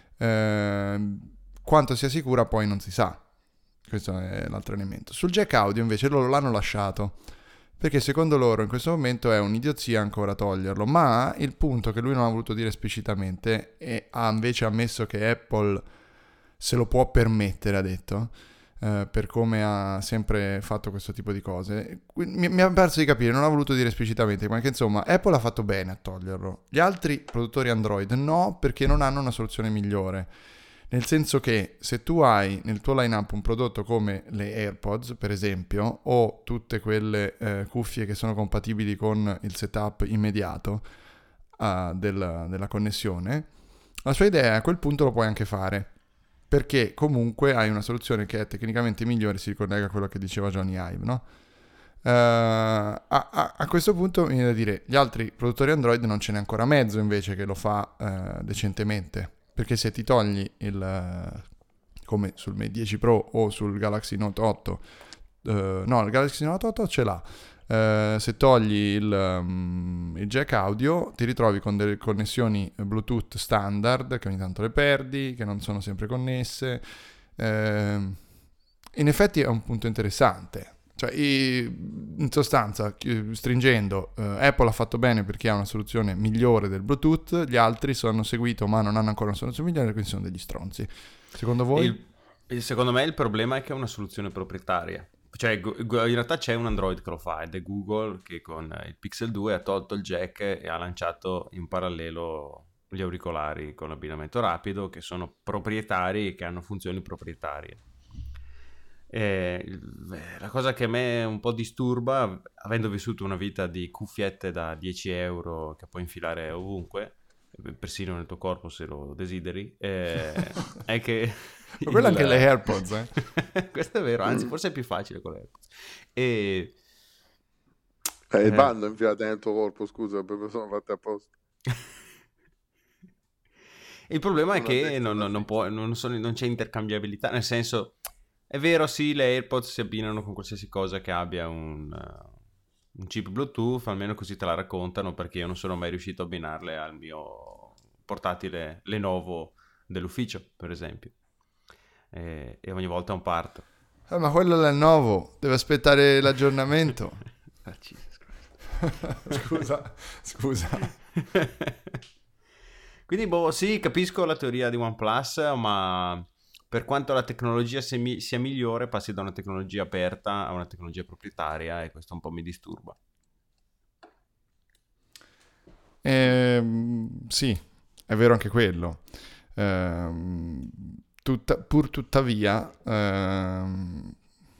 Eh, quanto sia sicura poi non si sa. Questo è l'altro elemento. Sul jack audio invece loro l'hanno lasciato, perché secondo loro in questo momento è un'idiozia ancora toglierlo, ma il punto che lui non ha voluto dire esplicitamente e ha invece ammesso che Apple se lo può permettere, ha detto, eh, per come ha sempre fatto questo tipo di cose. Mi, mi ha perso di capire, non ha voluto dire esplicitamente, ma che insomma Apple ha fatto bene a toglierlo. Gli altri produttori Android no, perché non hanno una soluzione migliore. Nel senso che se tu hai nel tuo line-up un prodotto come le AirPods, per esempio, o tutte quelle eh, cuffie che sono compatibili con il setup immediato uh, del, della connessione, la sua idea è a quel punto lo puoi anche fare. Perché comunque hai una soluzione che è tecnicamente migliore, si ricollega a quello che diceva Johnny Ive, no? Uh, a, a, a questo punto mi viene da dire, gli altri produttori Android non ce n'è ancora mezzo invece che lo fa uh, decentemente, perché se ti togli il, uh, come sul Mate dieci Pro o sul Galaxy Note otto, uh, no, il Galaxy Note otto ce l'ha, Uh, se togli il, um, il jack audio ti ritrovi con delle connessioni Bluetooth standard che ogni tanto le perdi, che non sono sempre connesse. Uh, in effetti è un punto interessante, cioè, in sostanza, stringendo, uh, Apple ha fatto bene perché ha una soluzione migliore del Bluetooth, gli altri hanno seguito ma non hanno ancora una soluzione migliore, quindi sono degli stronzi. Secondo voi? Il, il, secondo me il problema è che è una soluzione proprietaria. Cioè, in realtà c'è un Android che lo fa, ed è Google che con il Pixel due ha tolto il jack e ha lanciato in parallelo gli auricolari con l'abbinamento rapido, che sono proprietari e che hanno funzioni proprietarie. E la cosa che a me un po' disturba, avendo vissuto una vita di cuffiette da dieci euro che puoi infilare ovunque, persino nel tuo corpo se lo desideri, eh, è che... Ma quella il... anche le AirPods, eh? Questo è vero, anzi forse è più facile con le AirPods. E... Eh, il bando infilato nel tuo corpo, scusa, perché sono fatte apposta. Il problema è che non, non, non, può, non, sono, non c'è intercambiabilità, nel senso, è vero, sì, le AirPods si abbinano con qualsiasi cosa che abbia un, uh, un chip Bluetooth, almeno così te la raccontano, perché io non sono mai riuscito a abbinarle al mio portatile Lenovo dell'ufficio, per esempio. E, e ogni volta un parto. Eh, ma quello è il nuovo, deve aspettare l'aggiornamento. scusa, scusa. Quindi, boh, sì, capisco la teoria di OnePlus, ma per quanto la tecnologia sia, mi- sia migliore, passi da una tecnologia aperta a una tecnologia proprietaria, e questo un po' mi disturba. Eh, sì, è vero anche quello. Eh, tutta, pur tuttavia, ehm,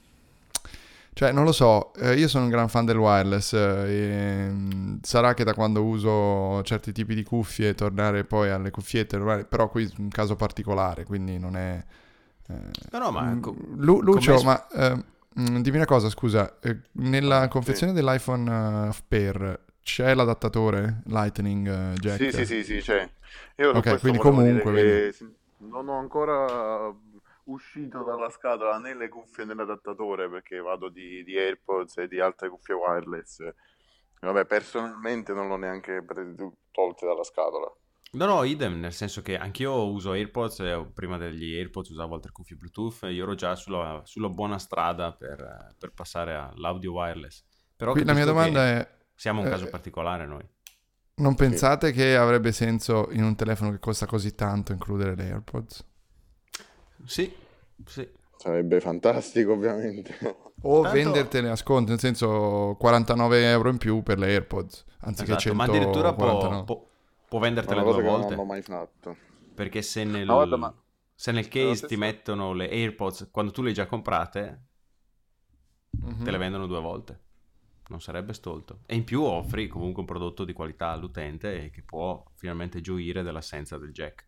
cioè non lo so, eh, io sono un gran fan del wireless, eh, e sarà che da quando uso certi tipi di cuffie tornare poi alle cuffiette normali, però qui è un caso particolare, quindi non è... Eh, no, no, ma... Co- Lu- Lucio, come... ma eh, dimmi una cosa, scusa, eh, nella ah, confezione sì. dell'iPhone uh, Pair c'è l'adattatore Lightning uh, jack? Sì, sì, sì, sì, c'è. Io ok, quindi comunque... che non ho ancora uscito dalla scatola né le cuffie né l'adattatore, perché vado di, di AirPods e di altre cuffie wireless. Vabbè, personalmente non l'ho neanche pre- tolte dalla scatola. No, no, idem, nel senso che anch'io uso AirPods, e prima degli AirPods usavo altre cuffie Bluetooth, e io ero già sulla, sulla buona strada per, per passare all'audio wireless. Però qui la mia domanda è... Siamo un eh, caso particolare noi. Non pensate sì. che avrebbe senso in un telefono che costa così tanto includere le AirPods? Sì, sì. Sarebbe fantastico, ovviamente. O Tanto... vendertele a sconto, nel senso quarantanove euro in più per le AirPods, anziché esatto, cento. Ma addirittura può, può, può vendertele due volte. Non l'ho mai fatto. Perché se nel, no, guarda, ma... se nel case ti mettono le AirPods, quando tu le hai già comprate, mm-hmm. te le vendono due volte. Non sarebbe stolto. E in più offri comunque un prodotto di qualità all'utente e che può finalmente gioire dell'assenza del jack.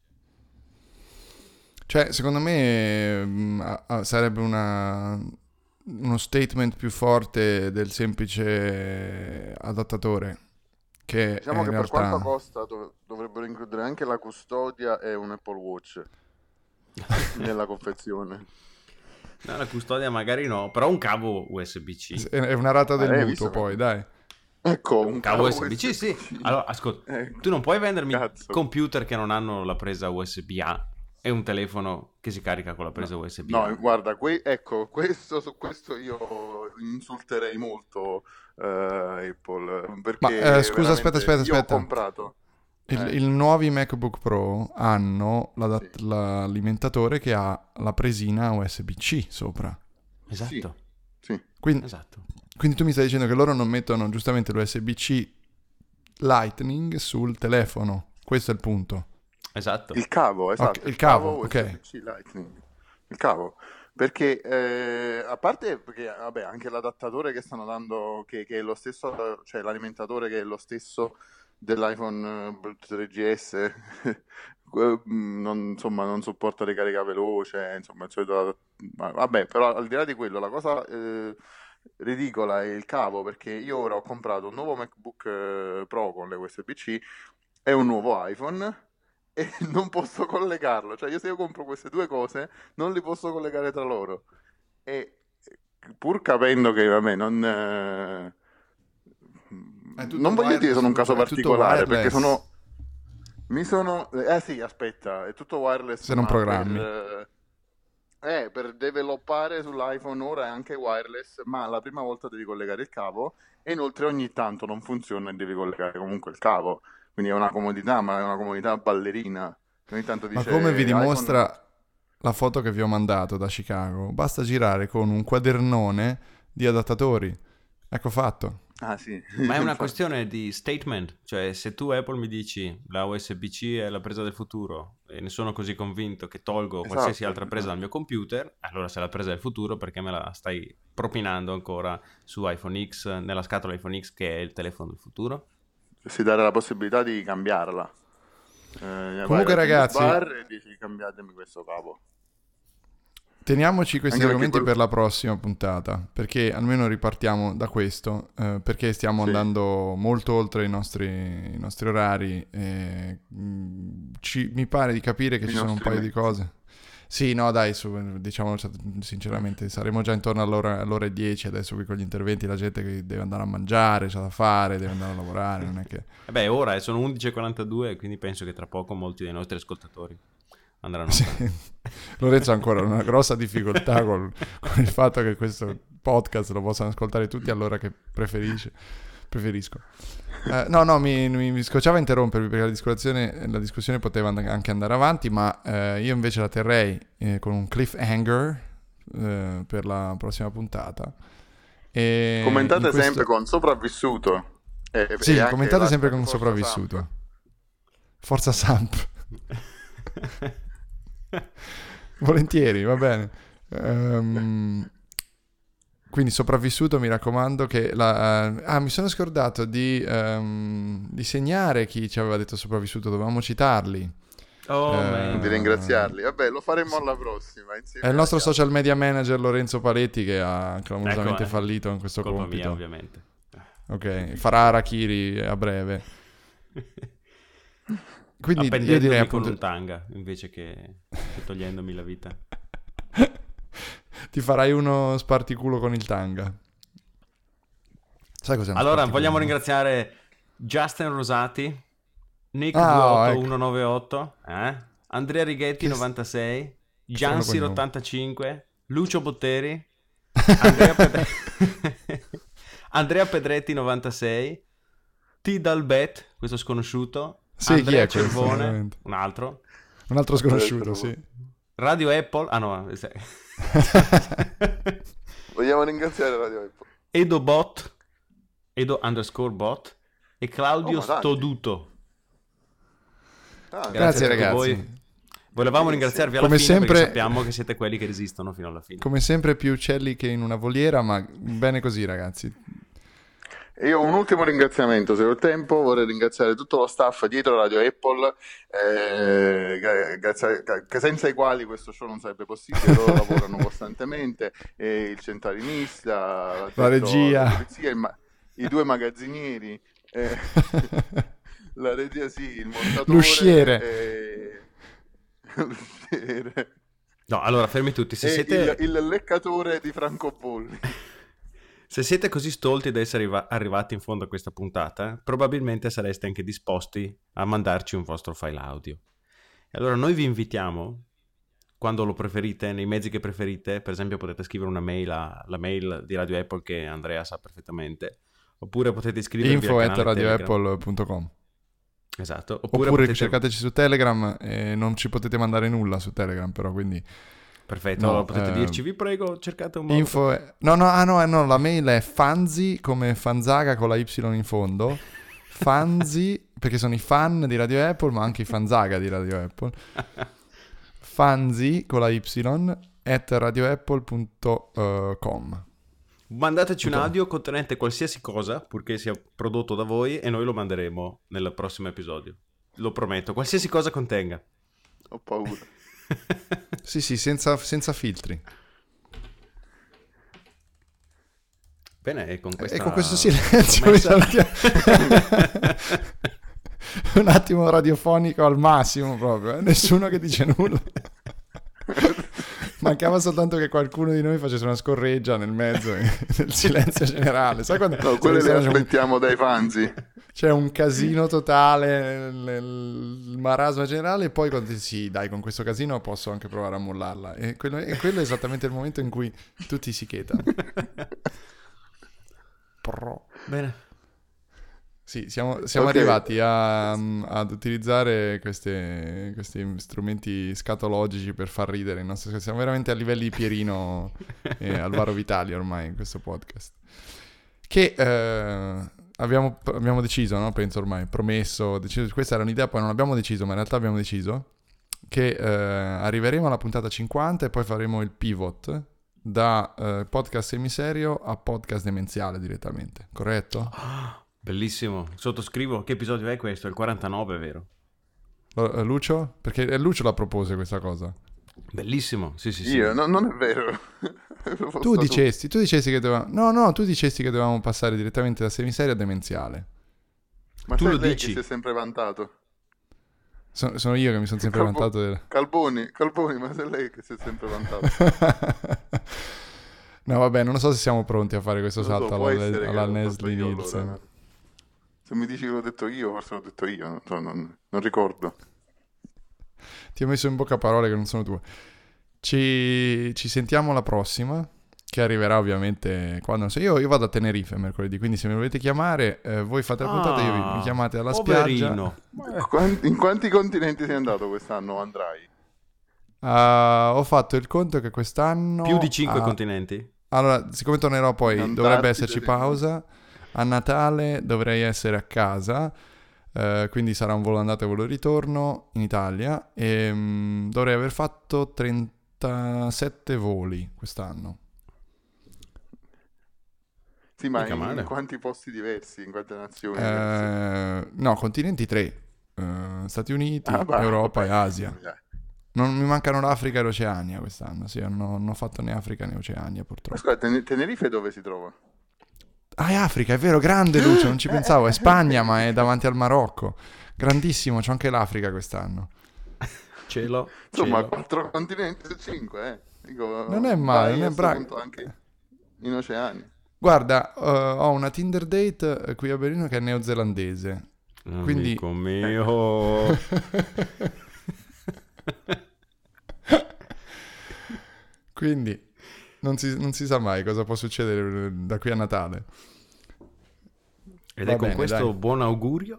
Cioè, secondo me mh, sarebbe una, uno statement più forte del semplice adattatore. Che diciamo che realtà... per quanto costa dov- dovrebbero includere anche la custodia e un Apple Watch nella confezione. No, la custodia magari no, però un cavo U S B C. È una rata del eh, mutuo poi, dai. Ecco, un, un cavo, cavo U S B C, U S B C, sì. Allora, ascolta, eh, tu non puoi vendermi cazzo. computer che non hanno la presa U S B A e un telefono che si carica con la presa no. U S B A. No, guarda, que- ecco, questo, su questo io insulterei molto uh, Apple. Perché Ma eh, scusa, aspetta, aspetta, aspetta. Io ho comprato... Il, eh. il nuovi MacBook Pro hanno la, sì. l'alimentatore che ha la presina U S B C sopra. Esatto. Sì. Quindi, esatto. quindi tu mi stai dicendo che loro non mettono giustamente l'U S B-C Lightning sul telefono. Questo è il punto. Esatto. Il cavo, esatto. Okay, il cavo, ok. U S B-C Lightning. Il cavo. Perché, eh, a parte perché, vabbè, anche l'adattatore che stanno dando, che, che è lo stesso, cioè l'alimentatore che è lo stesso dell'iPhone tre G S, non, insomma, non sopporta ricarica veloce, insomma, il solito, vabbè, però al di là di quello, la cosa eh, ridicola è il cavo, perché io ora ho comprato un nuovo MacBook eh, Pro con le U S B-C e un nuovo iPhone e non posso collegarlo, cioè io se io compro queste due cose non li posso collegare tra loro, e pur capendo che vabbè non eh, non voglio dire sono un caso particolare, perché sono mi sono eh sì aspetta è tutto wireless, se non programmi per, eh, per developare sull'iPhone ora è anche wireless, ma la prima volta devi collegare il cavo e inoltre ogni tanto non funziona e devi collegare comunque il cavo. Quindi è una comodità, ma è una comodità ballerina. Ogni tanto dice, ma come vi dimostra iPhone... la foto che vi ho mandato da Chicago, basta girare con un quadernone di adattatori. Ecco fatto. Ah sì. Ma è una questione di statement. Cioè, se tu Apple mi dici la U S B-C è la presa del futuro e ne sono così convinto che tolgo esatto, qualsiasi altra presa esatto. dal mio computer, allora se è la presa del futuro perché me la stai propinando ancora su iPhone X, nella scatola iPhone X che è il telefono del futuro? Si dare la possibilità di cambiarla. Eh, Comunque ragazzi, e dici cambiatemi questo cavo. Teniamoci questi Anche argomenti quello... per la prossima puntata, perché almeno ripartiamo da questo, eh, perché stiamo sì. andando molto oltre i nostri, i nostri orari e mh, ci, mi pare di capire che I ci sono un paio mezzi. di cose. Sì, no dai, su, diciamo sinceramente, saremo già intorno all'ora, all'ora dieci adesso qui con gli interventi, la gente che deve andare a mangiare, c'ha da fare, deve andare a lavorare, non è che... Eh beh, ora sono undici e quarantadue, quindi penso che tra poco molti dei nostri ascoltatori andranno a sì. Lorenzo ha ancora una grossa difficoltà col, con il fatto che questo podcast lo possano ascoltare tutti all'ora che preferisce. Preferisco. Eh, no, no, mi, mi, mi scocciava interrompervi perché la discussione, la discussione poteva and- anche andare avanti, ma eh, io invece la terrei eh, con un cliffhanger eh, per la prossima puntata. E commentate questo... sempre con sopravvissuto. E, sì, e anche commentate sempre con Forza sopravvissuto. Samp. Forza Samp. Volentieri, va bene. Um, quindi sopravvissuto, mi raccomando che la, uh, ah mi sono scordato di, um, di segnare chi ci aveva detto sopravvissuto, dovevamo citarli. Oh, uh, di ringraziarli. Vabbè, lo faremo alla prossima insieme. È il nostro social media manager Lorenzo Paletti che ha clamorosamente ecco, eh. fallito in questo colpa compito. mia, ovviamente. Ok, farà Arachiri a breve. Quindi io direi Appendendomi appunto con un tanga invece che, che togliendomi la vita. Ti farai uno sparticulo con il tanga. Sai cos'è uno Allora, sparticulo? vogliamo ringraziare Justin Rosati, Nick Ah, ecco. duemilaottocentonovantaotto, eh? Andrea Righetti Che- novantasei, che Giansir strano cognome. ottantacinque, Lucio Botteri, Andrea, Pedre- Andrea Pedretti novantasei, T. Dalbet, questo sconosciuto, Sì, chi Andrea è questo, Cervone, veramente? un altro, Un altro sconosciuto, sì. Radio Apple, ah no, eh, Vogliamo ringraziare Radio Apple. Edo Bot, Edo underscore Bot e Claudio Oh, ma tanti. Stoduto. Ah, Grazie, a tutti ragazzi. voi. Volevamo ringraziarvi alla Come fine sempre- perché sappiamo che siete quelli che resistono fino alla fine. Come sempre più uccelli che in una voliera, ma bene così, ragazzi. E io ho un ultimo ringraziamento, se ho il tempo, vorrei ringraziare tutto lo staff dietro Radio Apple, eh, che- grazie- che senza i quali questo show non sarebbe possibile, loro lavorano costantemente, e il centralinista, La regia. la polizia, il ma- i due magazzinieri, eh, la regia sì, il montatore, L'usciere. e- l'usciere, No, allora fermi tutti, se e siete, il, il leccatore di francobolli. se siete così stolti di essere arriva- arrivati in fondo a questa puntata, probabilmente sareste anche disposti a mandarci un vostro file audio. E allora noi vi invitiamo, quando lo preferite, nei mezzi che preferite, per esempio potete scrivere una mail alla mail di Radio Apple che Andrea sa perfettamente, oppure potete iscrivervi Info al at canale Telegram. radioapple punto com. Esatto, Oppure, oppure, potete... cercateci su Telegram e non ci potete mandare nulla su Telegram, però quindi Perfetto, No, allora potete eh, dirci, vi prego, cercate un modo. Info è... No, no, ah, no, eh, no, la mail è fanzi, come fanzaga con la Y in fondo. Fanzi, perché sono i fan di Radio Apple, ma anche i fanzaga di Radio Apple. Fanzi, con la Y, at radioapple punto com. Mandateci un audio contenente qualsiasi cosa, purché sia prodotto da voi, e noi lo manderemo nel prossimo episodio. Lo prometto, qualsiasi cosa contenga. Ho paura. Sì, sì, senza, senza filtri. Bene, e con questa E con questo silenzio vi promessa- salutiamo. Un attimo radiofonico al massimo proprio, eh? Nessuno che dice nulla. Mancava soltanto che qualcuno di noi facesse una scorreggia nel mezzo del silenzio generale. Sai quando No, quelle le c'è un- aspettiamo dai fanzi. c'è un casino totale nel marasma generale, e poi quando dici, sì, dai, con questo casino posso anche provare a mollarla. E quello, e quello è esattamente il momento in cui tutti si chetano. Pro. Bene. Sì, siamo, siamo Ok. arrivati a- ad utilizzare queste- questi strumenti scatologici per far ridere i nostri- siamo veramente a livelli Pierino e Alvaro Vitali ormai in questo podcast. Che eh, abbiamo, abbiamo deciso, no? Penso ormai, promesso, deciso, questa era un'idea, poi non abbiamo deciso, ma in realtà abbiamo deciso che eh, arriveremo alla puntata cinquanta e poi faremo il pivot da eh, podcast semiserio a podcast demenziale direttamente, corretto? Bellissimo, sottoscrivo. Che episodio è questo? Il quarantanove, vero? Lo- eh, Lucio? Perché eh, Lucio la propose questa cosa. Bellissimo, sì sì sì. Io, no, non è vero. Tu dicesti, tu dicesti che dovevamo... No, no, tu dicesti che dovevamo passare direttamente da semiserio a demenziale. Ma Tu sei lo lei dici. che si è sempre vantato. So- sono io che mi sono sempre Calvo- vantato del... Calboni, Calboni, ma sei lei che si è sempre vantato. No, vabbè, non so se siamo pronti a fare questo Non lo so, salto può alla, essere che alla l'ho fatto Nestle io, Nielsen. allora, no? Se mi dici che l'ho detto io, forse l'ho detto io, non, so, non- non ricordo. Ti ho messo in bocca parole che non sono tue. Ci, ci sentiamo la prossima, che arriverà ovviamente quando... Se io, io vado a Tenerife mercoledì, quindi se mi volete chiamare, eh, voi fate la puntata, io vi, mi chiamate alla poverino. spiaggia. Quanti- in quanti continenti sei andato quest'anno, andrai? Ah, ho fatto il conto che quest'anno... Più di cinque ah, continenti? Allora, siccome tornerò poi, Antartide, dovrebbe esserci sì. pausa. A Natale dovrei essere a casa, eh, quindi sarà un volo andata e volo ritorno in Italia. E mm, dovrei aver fatto trentasette voli quest'anno. Sì, ma Mica in, male. in quanti posti diversi, in quante nazioni? Eh, no, continenti tre. Eh, Stati Uniti, Ah, bah, Europa vabbè. e Asia. Non mi mancano l'Africa e l'Oceania quest'anno. Sì, non ho, non ho fatto né Africa né Oceania Ma purtroppo. scusa, Ten- Tenerife dove si trova? Ah, è Africa, è vero, grande Lucio, non ci pensavo. È Spagna, ma è davanti al Marocco. Grandissimo, c'è anche l'Africa quest'anno. Cielo, Insomma, cielo. quattro continenti su cinque, eh. Dico, Non è male, vai non è a sto bravo. punto anche in oceani. Guarda, eh, ho una Tinder date eh, qui a Berlino che è neozelandese. Quindi- Amico mio. Quindi non si, non si sa mai cosa può succedere da qui a Natale. Ed Va è con bene, questo dai. buon augurio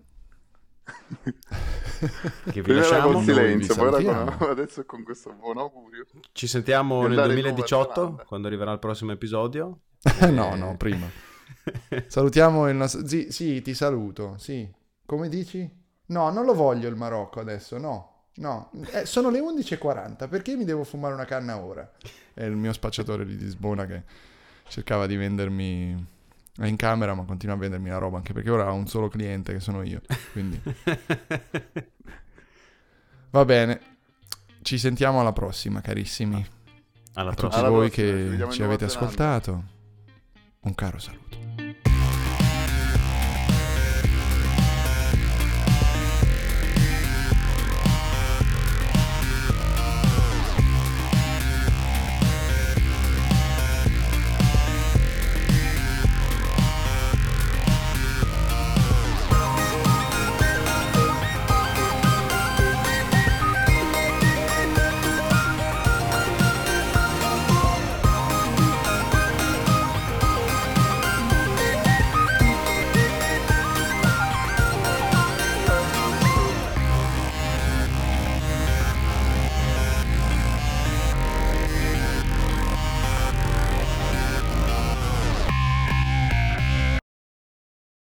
che vi Prima era lasciamo. col Noi silenzio, vi poi era salutiamo. con- adesso con questo buon augurio. Ci sentiamo Di nel andare in Nuova duemiladiciotto, Zelanda. quando arriverà il prossimo episodio. No, no, prima. Salutiamo il nostro... Sì, sì, ti saluto, sì. Come dici? No, non lo voglio il Marocco adesso, no. No, Eh, sono le undici e quaranta, perché mi devo fumare una canna ora? È il mio spacciatore di Lisbona che cercava di vendermi... È in camera, ma continua a vendermi la roba, anche perché ora ha un solo cliente che sono io, quindi... Va bene, ci sentiamo alla prossima, carissimi. Alla A tutti prossima. Alla voi prossima, ci che vediamo in ci Nuova avete Zelanda. ascoltato, un caro saluto.